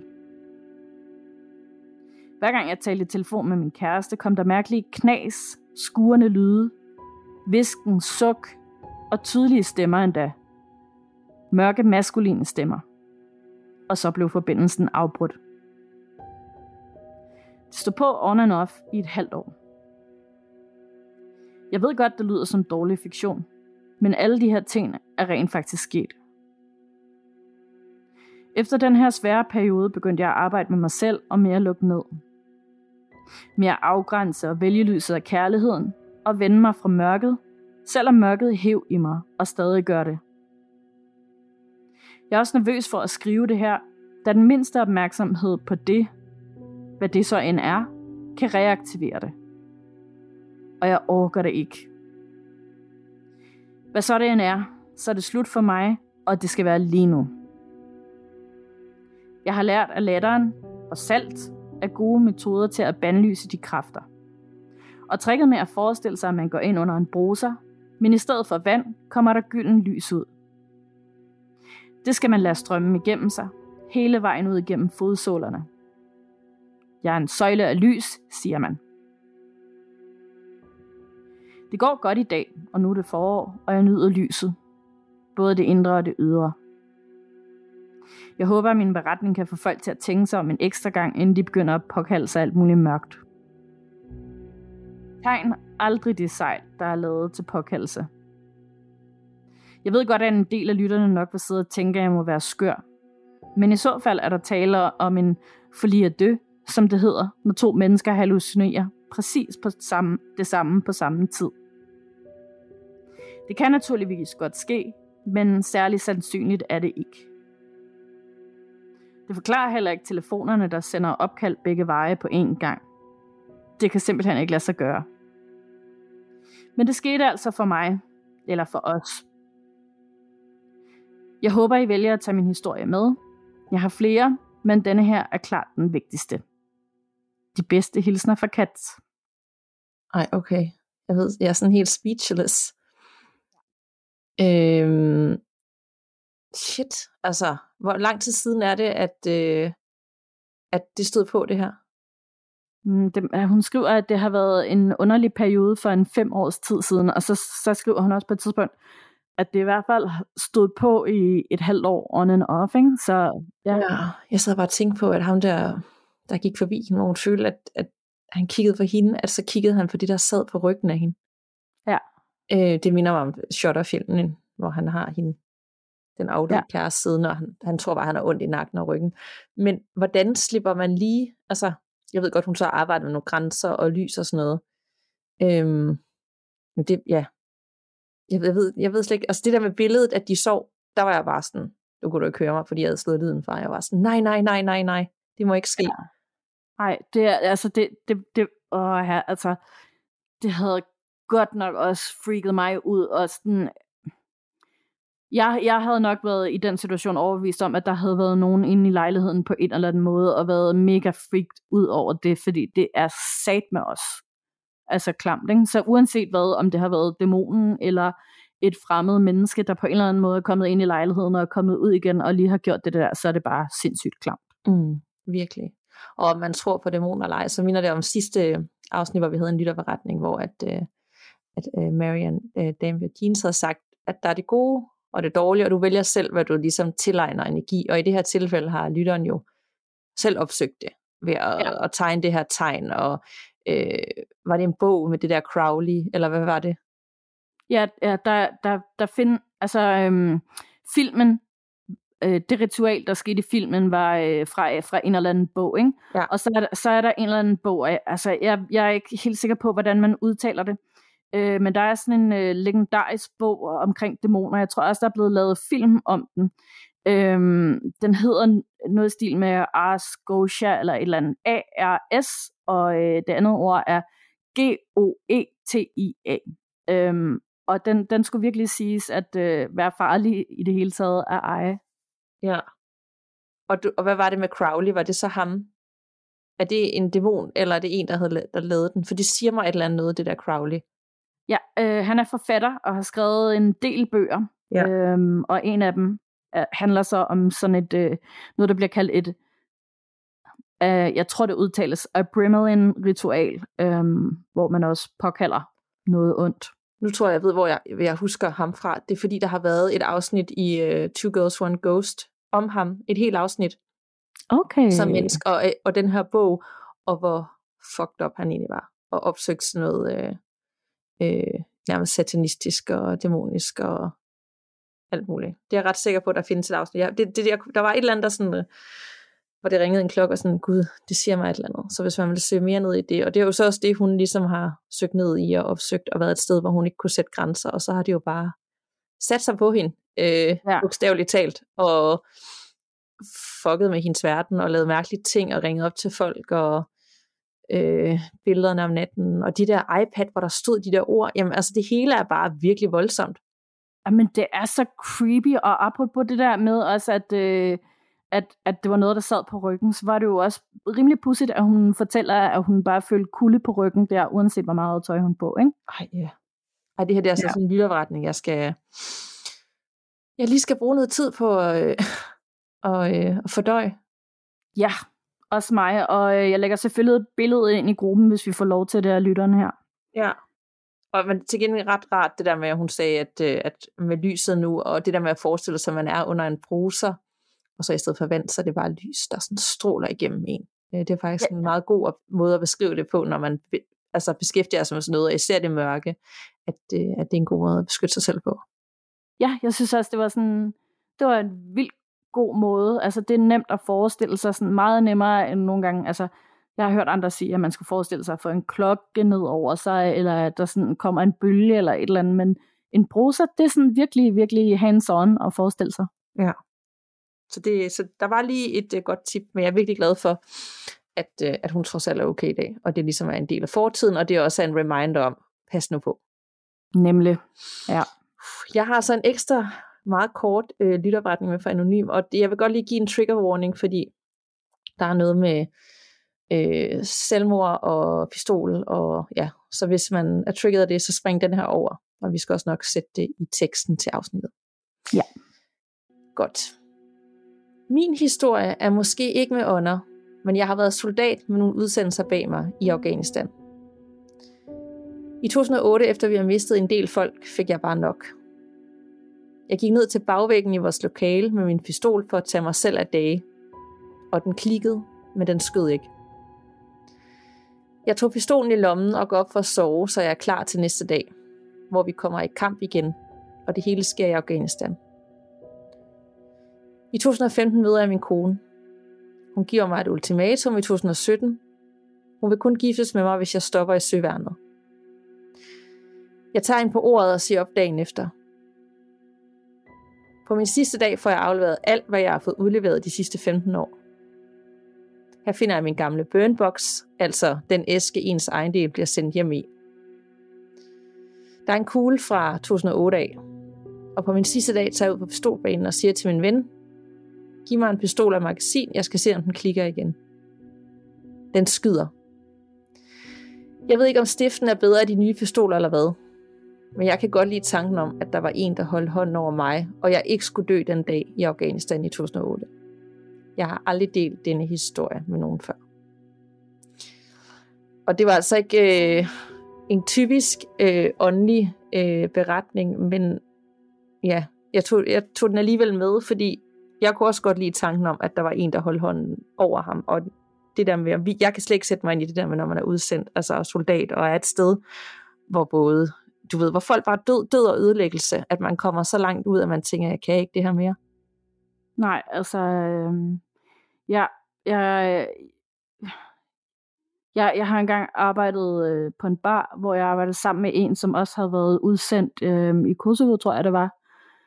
Hver gang jeg talte i telefon med min kæreste, kom der mærkelige knas, skurende lyde, hvisken, suk og tydelige stemmer endda. Mørke, maskuline stemmer. Og så blev forbindelsen afbrudt. Det stod på on and off i et halvt år. Jeg ved godt, det lyder som dårlig fiktion, men alle de her ting er rent faktisk sket. Efter den her svære periode begyndte jeg at arbejde med mig selv og mere at lukke ned. Mere afgrænse og vælge lyset af kærligheden og vende mig fra mørket, selvom mørket hev i mig og stadig gør det. Jeg er også nervøs for at skrive det her, da den mindste opmærksomhed på det, hvad det så end er, kan reaktivere det. Og jeg orker det ikke. Hvad så det end er, så er det slut for mig, og det skal være lige nu. Jeg har lært, at latteren og salt er gode metoder til at bandlyse de kræfter. Og tricket med at forestille sig, at man går ind under en bruser, men i stedet for vand, kommer der gylden lys ud. Det skal man lade strømme igennem sig, hele vejen ud igennem fodsålerne. Jeg er en søjle af lys, siger man. Det går godt i dag, og nu er det forår, og jeg nyder lyset. Både det indre og det ydre. Jeg håber, at min beretning kan få folk til at tænke sig om en ekstra gang, inden de begynder at påkalde sig alt muligt mørkt. Tegn aldrig det sejl, der er lavet til påkaldelse. Jeg ved godt, at en del af lytterne nok vil sidde og tænke, at jeg må være skør. Men i så fald er der tale om en folie à deux, som det hedder, når to mennesker hallucinerer præcis på det samme på samme tid. Det kan naturligvis godt ske, men særligt sandsynligt er det ikke. Det forklarer heller ikke telefonerne, der sender opkald begge veje på én gang. Det kan simpelthen ikke lade sig gøre. Men det skete altså for mig, eller for os. Jeg håber, I vælger at tage min historie med. Jeg har flere, men denne her er klart den vigtigste. De bedste hilsner fra Kat. Ej, okay. Jeg er sådan helt speechless. Shit. Altså, hvor lang tid siden er det, at det stod på det her? Hun skriver, at det har været en underlig periode for en 5 års tid siden, og så skriver hun også på et tidspunkt, at det i hvert fald stod på i et halvt år on and off, ikke? Så, ja. Jeg sad bare og tænkte på, at ham der gik forbi hende, hvor hun følte, at han kiggede på hende, at så kiggede han på det, der sad på ryggen af hende. Ja. Det minder mig om Shutter-filmen, hvor han har hende, den afdøde kæreste siden, og han tror bare, han har ondt i nakken og ryggen. Men hvordan slipper man lige, altså, jeg ved godt, hun så har arbejdet med nogle grænser og lys og sådan noget. Men det, ja. Jeg ved slet ikke, altså det der med billedet, at de sov, der var jeg bare sådan, du kunne ikke høre mig, fordi jeg havde slået lyden fra. Jeg var sådan, nej, det må ikke ske. Ja. Nej, det er, altså, det havde godt nok også freaket mig ud, og sådan, jeg havde nok været i den situation overbevist om, at der havde været nogen inde i lejligheden på en eller anden måde, og været mega freaked ud over det, fordi det er sat med os. Altså klamt, ikke? Så uanset hvad, om det har været dæmonen, eller et fremmed menneske, der på en eller anden måde er kommet ind i lejligheden, og er kommet ud igen, og lige har gjort det der, så er det bare sindssygt klamt. Virkelig. Og om man tror på dæmoner eller ej, så minder det om sidste afsnit, hvor vi havde en lytterberetning, hvor at Marian Danvers Jeans havde sagt, at der er det gode og det dårlige, og du vælger selv, hvad du ligesom tilegner energi. Og i det her tilfælde har lytteren jo selv opsøgt det, ved at tegne det her tegn, og var det en bog med det der Crowley, eller hvad var det? Ja, der finder, altså filmen, det ritual, der skete i filmen, var fra en eller anden bog, ikke? Ja. Og så er der en eller anden bog, altså jeg er ikke helt sikker på, hvordan man udtaler det, men der er sådan en legendarisk bog omkring dæmoner. Jeg tror også, der er blevet lavet film om den. Den hedder noget i stil med Ars Goetia, eller et eller andet ARS, og det andet ord er GOETIA. Og den skulle virkelig siges at være farlig i det hele taget at eje. Ja. Og hvad var det med Crowley? Var det så ham? Er det en dæmon, eller er det en, der lavede den? For det siger mig et eller andet noget, det der Crowley. Ja, han er forfatter og har skrevet en del bøger. Ja. Og en af dem handler så om sådan et, noget, der bliver kaldt et, jeg tror det udtales, Abramelin-ritual, hvor man også påkalder noget ondt. Nu tror jeg ved, hvor jeg husker ham fra. Det er fordi, der har været et afsnit i Two Girls, One Ghost om ham. Et helt afsnit. Okay. Som menneske. Og den her bog, og hvor fucked up han egentlig var. Og opsøgt sådan noget nærmest satanistisk og dæmonisk og alt muligt. Det er jeg ret sikker på, at der findes et afsnit. Der var et eller andet, der sådan, hvor det ringede en klokke, og sådan, gud, det siger mig et eller andet. Så hvis man vil søge mere ned i det, og det er jo så også det, hun ligesom har søgt ned i og opsøgt, og været et sted, hvor hun ikke kunne sætte grænser, og så har de jo bare sat sig på hende, bogstaveligt talt, og fucket med hendes verden, og lavet mærkelige ting, og ringet op til folk, og billederne om natten, og de der iPad, hvor der stod de der ord, jamen altså det hele er bare virkelig voldsomt. Jamen, det er så creepy, og apropos det der med også, at det var noget, der sad på ryggen, så var det jo også rimelig pudsigt, at hun fortæller, at hun bare følte kulde på ryggen der, uanset hvor meget tøj hun på, ikke? Ej, ja. Ej, det her det er sådan en lytterretning, jeg lige skal bruge noget tid på at fordøje. Ja, også mig, og jeg lægger selvfølgelig et billede ind i gruppen, hvis vi får lov til det af lytterne her. Ja, og men til gengæld ret rart, det der med, at hun sagde, at med lyset nu, og det der med at forestille sig, at man er under en bruser, og så i stedet for vand, så er det bare lys, der sådan stråler igennem en. Det er faktisk en meget god måde at beskrive det på, når man beskæftiger sig med sådan noget, og især det mørke, at det er en god måde at beskytte sig selv på. Ja, jeg synes også, det var en vildt god måde. Altså, det er nemt at forestille sig, sådan meget nemmere end nogle gange. Altså, jeg har hørt andre sige, at man skal forestille sig at få en klokke ned over sig, eller at der sådan kommer en bølge, eller et eller andet, men en bruser, det er sådan virkelig, virkelig hands-on at forestille sig. Ja. Så der var lige et godt tip, men jeg er virkelig glad for, at hun trods alt er okay i dag, og det ligesom er en del af fortiden, og det er også en reminder om, pas nu på. Nemlig, ja. Jeg har så en ekstra meget kort lytopretning med for Anonym, og jeg vil godt lige give en trigger warning, fordi der er noget med selvmord og pistol, og ja, så hvis man er trigget af det, så spring den her over, og vi skal også nok sætte det i teksten til afsnittet. Ja. Godt. Min historie er måske ikke med ånder, men jeg har været soldat med nogle udsendelser bag mig i Afghanistan. I 2008, efter vi har mistet en del folk, fik jeg bare nok. Jeg gik ned til bagvæggen i vores lokale med min pistol for at tage mig selv af dage, og den klikkede, men den skød ikke. Jeg tog pistolen i lommen og går op for at sove, så jeg er klar til næste dag, hvor vi kommer i kamp igen, og det hele sker i Afghanistan. I 2015 møder jeg min kone. Hun giver mig et ultimatum i 2017. Hun vil kun giftes med mig, hvis jeg stopper i søværnet. Jeg tager hende på ordet og siger op dagen efter. På min sidste dag får jeg afleveret alt, hvad jeg har fået udleveret de sidste 15 år. Her finder jeg min gamle burnbox, altså den æske ens ejendel bliver sendt hjem i. Der er en kugle fra 2008 af, og på min sidste dag tager jeg ud på pistolbanen og siger til min ven, giv mig en pistol og magasin, jeg skal se, om den klikker igen. Den skyder. Jeg ved ikke, om stiften er bedre af de nye pistoler eller hvad, men jeg kan godt lide tanken om, at der var en, der holdt hånden over mig, og jeg ikke skulle dø den dag i Afghanistan i 2008. Jeg har aldrig delt denne historie med nogen før. Og det var altså ikke en typisk åndelig beretning, men ja, jeg tog den alligevel med, fordi jeg kunne også godt lide tanken om, at der var en, der holdt hånden over ham, og det der med, jeg kan slet ikke sætte mig ind i det der med, når man er udsendt, altså soldat, og er et sted, hvor både, du ved, hvor folk bare død og ødelæggelse, at man kommer så langt ud, at man tænker, jeg kan ikke det her mere. Nej, altså, jeg har engang arbejdet på en bar, hvor jeg arbejdede sammen med en, som også havde været udsendt i Kosovo, tror jeg det var,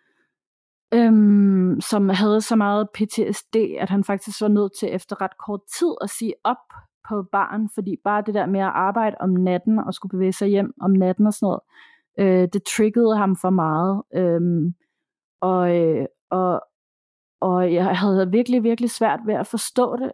som havde så meget PTSD, at han faktisk var nødt til efter ret kort tid at sige op på baren, fordi bare det der med at arbejde om natten og skulle bevæge sig hjem om natten og sådan noget, det triggede ham for meget. Og jeg havde virkelig, virkelig svært ved at forstå det.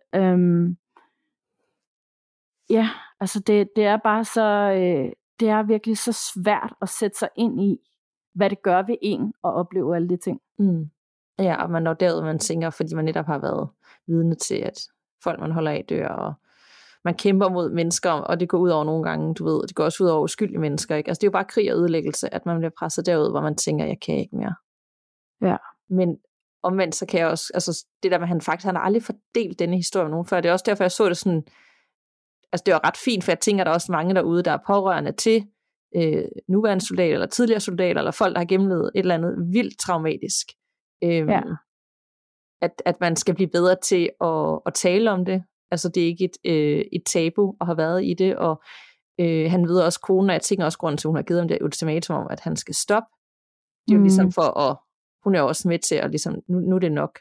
Ja, altså det er bare så, det er virkelig så svært at sætte sig ind i, hvad det gør ved en at opleve alle de ting. Mm. Ja, og man når derud, man tænker, fordi man netop har været vidne til, at folk, man holder af, dør, og man kæmper mod mennesker, og det går ud over nogle gange, du ved, det går også ud over uskyldige mennesker, ikke? Altså det er jo bare krig og ødelæggelse, at man bliver presset derud, hvor man tænker, jeg kan ikke mere. Ja. Men omvendt, så kan jeg også, altså det der med, han har aldrig fordelt denne historie med nogen før, det er også derfor, jeg så det sådan, altså det var ret fint, for jeg tænker, der er også mange derude, der er pårørende til nuværende soldater, eller tidligere soldater, eller folk, der har gennemlevet et eller andet vildt traumatisk. Ja. At man skal blive bedre til at tale om det. Altså det er ikke et tabu at have været i det, og han ved også konen, og jeg tænker også grunden til, at hun har givet ham det ultimatum om, at han skal stoppe. Det er jo ligesom for at, hun er jo også med til at ligesom, nu er det nok,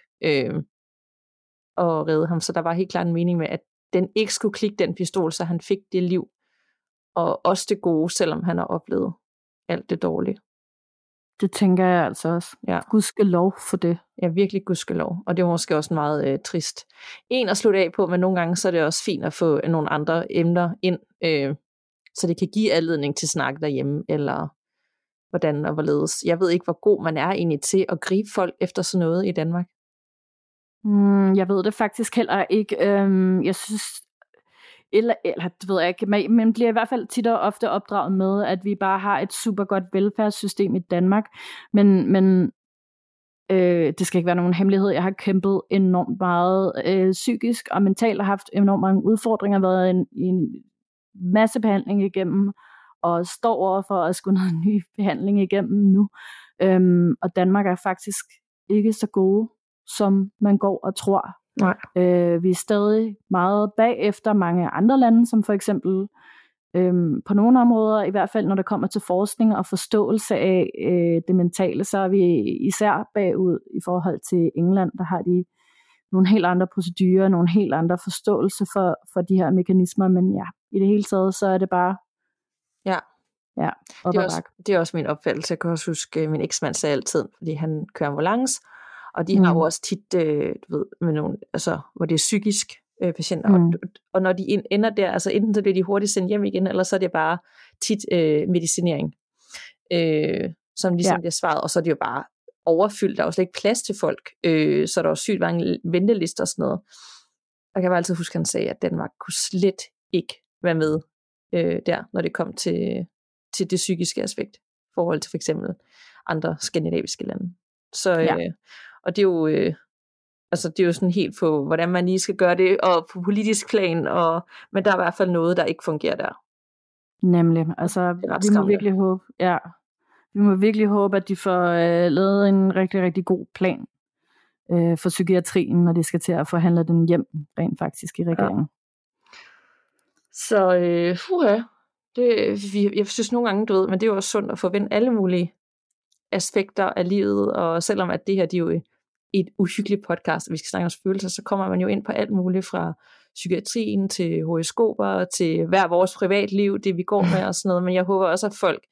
at redde ham, så der var helt klart en mening med, at den ikke skulle klikke den pistol, så han fik det liv, og også det gode, selvom han har oplevet alt det dårlige. Det tænker jeg altså også. Ja. Gudskelov for det. Ja, virkelig gudskelov. Og det er måske også meget trist. En at slutte af på, men nogle gange så er det også fint at få nogle andre emner ind, så det kan give anledning til snak derhjemme, eller hvordan og hvorledes. Jeg ved ikke, hvor god man er egentlig til at gribe folk efter sådan noget i Danmark. Jeg ved det faktisk heller ikke. Jeg synes, eller det ved jeg ikke, men bliver i hvert fald tit og ofte opdraget med, at vi bare har et super godt velfærdssystem i Danmark, men det skal ikke være nogen hemmelighed. Jeg har kæmpet enormt meget psykisk og mentalt, og haft enormt mange udfordringer, været i en masse behandling igennem, og står over for at skulle noget ny behandling igennem nu. Og Danmark er faktisk ikke så gode, som man går og tror. Nej. Vi er stadig meget bagefter mange andre lande, som for eksempel på nogle områder, i hvert fald når det kommer til forskning og forståelse af det mentale, så er vi især bagud i forhold til England. Der har de nogle helt andre procedurer, nogle helt andre forståelse for de her mekanismer, men ja, i det hele taget, så er det bare det er også min opfattelse. Jeg kan også huske, min eksmand sagde altid, fordi han kører ambulance, og de har jo også tit, du ved, med nogle, altså, hvor det er psykisk patienter, og når de ender der, altså enten så bliver de hurtigt sendt hjem igen, eller så er det bare tit medicinering, som ligesom bliver svaret, og så er det jo bare overfyldt, der er jo slet ikke plads til folk, så er der jo sygt mange ventelister og sådan noget. Jeg kan bare altid huske, at han sagde, at Danmark kunne slet ikke være med der, når det kom til det psykiske aspekt, i forhold til for eksempel andre skandinaviske lande. Så, og det er jo, altså det er jo sådan helt på, hvordan man lige skal gøre det, og på politisk plan, men der er i hvert fald noget, der ikke fungerer der. Nemlig, altså vi må virkelig håbe, at de får lavet en rigtig, rigtig god plan for psykiatrien, når de skal til at forhandle den hjem, rent faktisk i regeringen. Ja. Så jeg synes nogle gange, du ved, men det er jo også sundt at få vendt alle mulige aspekter af livet, og selvom at det her, det er jo et uhyggeligt podcast, og vi skal snakke om følelser, så kommer man jo ind på alt muligt, fra psykiatrien til horoskoper, til hver vores privatliv, det vi går med og sådan noget, men jeg håber også, at folk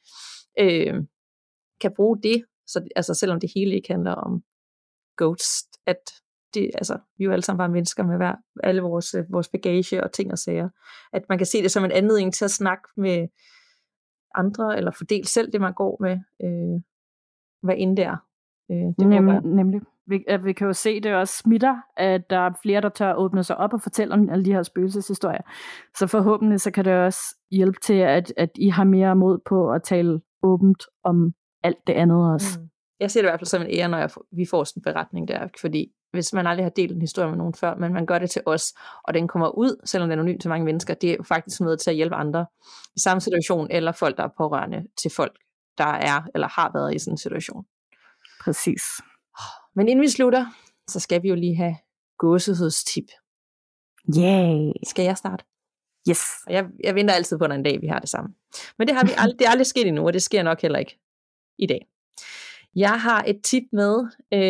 kan bruge det, så, altså selvom det hele ikke handler om ghost, at det, altså, vi er jo alle sammen bare mennesker med alle vores bagage og ting og sager, at man kan se det som en anledning til at snakke med andre, eller fordele selv det, man går med, hvad end det er. Nemlig. Vi kan jo se, det også smitter, at der er flere, der tør åbne sig op og fortælle om alle de her spøgelseshistorier. Så forhåbentlig så kan det også hjælpe til, at I har mere mod på at tale åbent om alt det andet også. Jeg ser det i hvert fald som en ære, når vi får sådan en beretning der, fordi hvis man aldrig har delt en historie med nogen før, men man gør det til os, og den kommer ud, selvom den er anonym til mange mennesker, det er jo faktisk noget til at hjælpe andre i samme situation, eller folk, der er pårørende til folk, der er eller har været i sådan en situation. Præcis. Men inden vi slutter, så skal vi jo lige have gåsehudstip. Yay! Skal jeg starte? Yes. Og jeg venter altid på, en dag vi har det samme. Men det har vi det er aldrig sket endnu, og det sker nok heller ikke i dag. Jeg har et tip med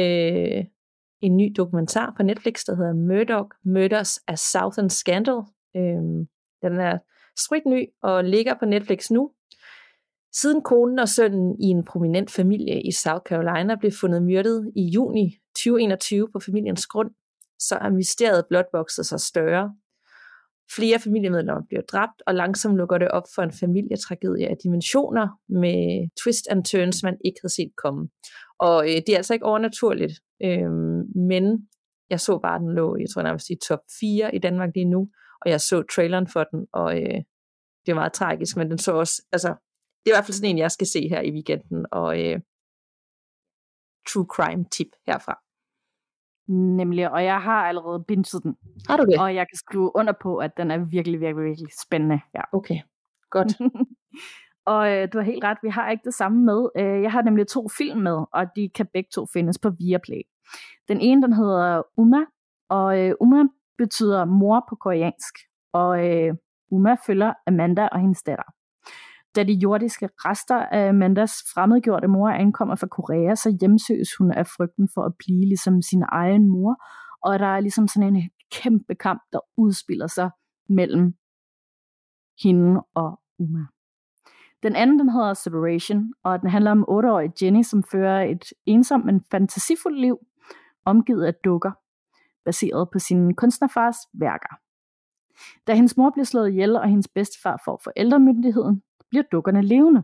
en ny dokumentar på Netflix, der hedder Murdoch Murders a Southern Scandal. Den er spritny og ligger på Netflix nu. Siden konen og sønnen i en prominent familie i South Carolina blev fundet myrdet i juni 2021 på familiens grund, så er mysteriet blot vokset sig større. Flere familiemedlemmer bliver dræbt, og langsomt lukker det op for en familietragedie af dimensioner med twist and turns, man ikke havde set komme. Og det er altså ikke overnaturligt, men jeg så bare, den lå, jeg tror nærmest i top 4 i Danmark lige nu, og jeg så traileren for den, og det var meget tragisk, men den så også, altså det er i hvert fald sådan en, jeg skal se her i weekenden, og true crime tip herfra. Nemlig, og jeg har allerede binget den. Har du det? Og jeg kan skrive under på, at den er virkelig, virkelig, virkelig spændende. Ja. Okay, godt. Og du har helt ret, vi har ikke det samme med. Jeg har nemlig 2 film med, og de kan begge 2 findes på Viaplay. Den ene, den hedder Uma, og Uma betyder mor på koreansk. Og Uma følger Amanda og hendes datter. Da de jordiske rester af Amandas fremmedgjorte mor ankommer fra Korea, så hjemsøges hun af frygten for at blive ligesom sin egen mor, og der er ligesom sådan en kæmpe kamp, der udspiller sig mellem hende og Uma. Den anden, den hedder Separation, og den handler om 8-årige Jenny, som fører et ensomt, men fantasifuldt liv, omgivet af dukker, baseret på sin kunstnerfars værker. Da hendes mor bliver slået ihjel, og hendes bedstefar får forældremyndigheden, bliver dukkerne levende.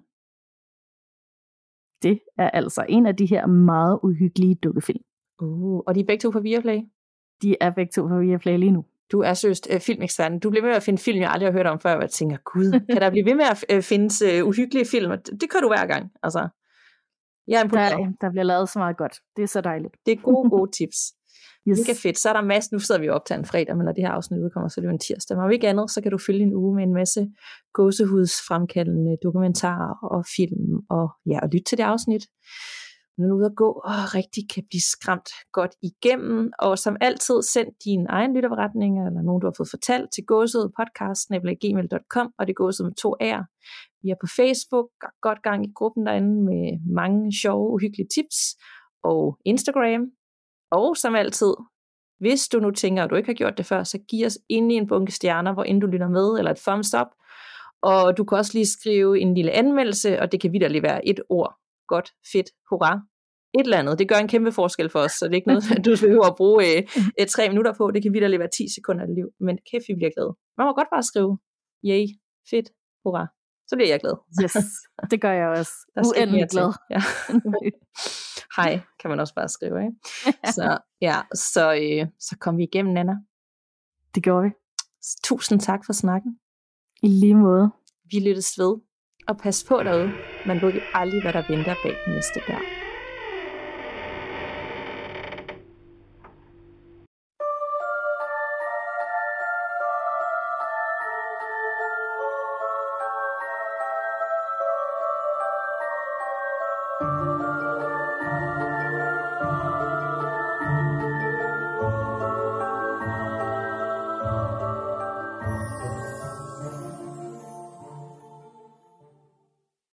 Det er altså en af de her meget uhyggelige dukkefilm. Og de er begge to på Viaplay? De er begge to på Viaplay lige nu. Du er seriøst filmekspert. Du bliver ved med at finde film, jeg aldrig har hørt om før, og jeg tænker, gud, kan der blive ved med at findes uhyggelige film? Det kan du hver gang. Altså, jeg er imponeret. Der bliver lavet så meget godt. Det er så dejligt. Det er gode tips. Yes. Det er fedt. Så er der masser. Nu sidder vi op til en fredag, men når det her afsnit udkommer, så er det jo en tirsdag. Men om ikke andet, så kan du følge en uge med en masse gåsehudsfremkaldende dokumentarer og film, og lytte til det afsnit. Når du er ude at gå og rigtig kan blive skræmt godt igennem, og som altid send din egen lytterberetninger, eller nogen du har fået fortalt, til gåsehudpodcast@gmail.com, og det gåsehud med 2 A'er. Vi er på Facebook, godt gang i gruppen derinde med mange sjove, uhyggelige tips, og Instagram. Og som altid, hvis du nu tænker, at du ikke har gjort det før, så giv os ind i en bunke stjerner, hvor end du lytter med, eller et thumbs up. Og du kan også lige skrive en lille anmeldelse, og det kan vitterligt være et ord. Godt, fedt, hurra. Et eller andet. Det gør en kæmpe forskel for os, så det er ikke noget, du behøver at bruge 3 minutter på. Det kan vitterligt være 10 sekunder af dit liv. Men kæft, vi bliver glade. Man må godt bare skrive, yay, fedt, hurra. Så bliver jeg glad. Yes, det gør jeg også. Uendelig glad. Ja. Hej, kan man også bare skrive, ikke? Så kom vi igennem, Nanna. Det gjorde vi. Tusind tak for snakken. I lige måde. Vi lyttes ved. Og pas på derude. Man ved jo aldrig, hvad der venter bag den næste dør.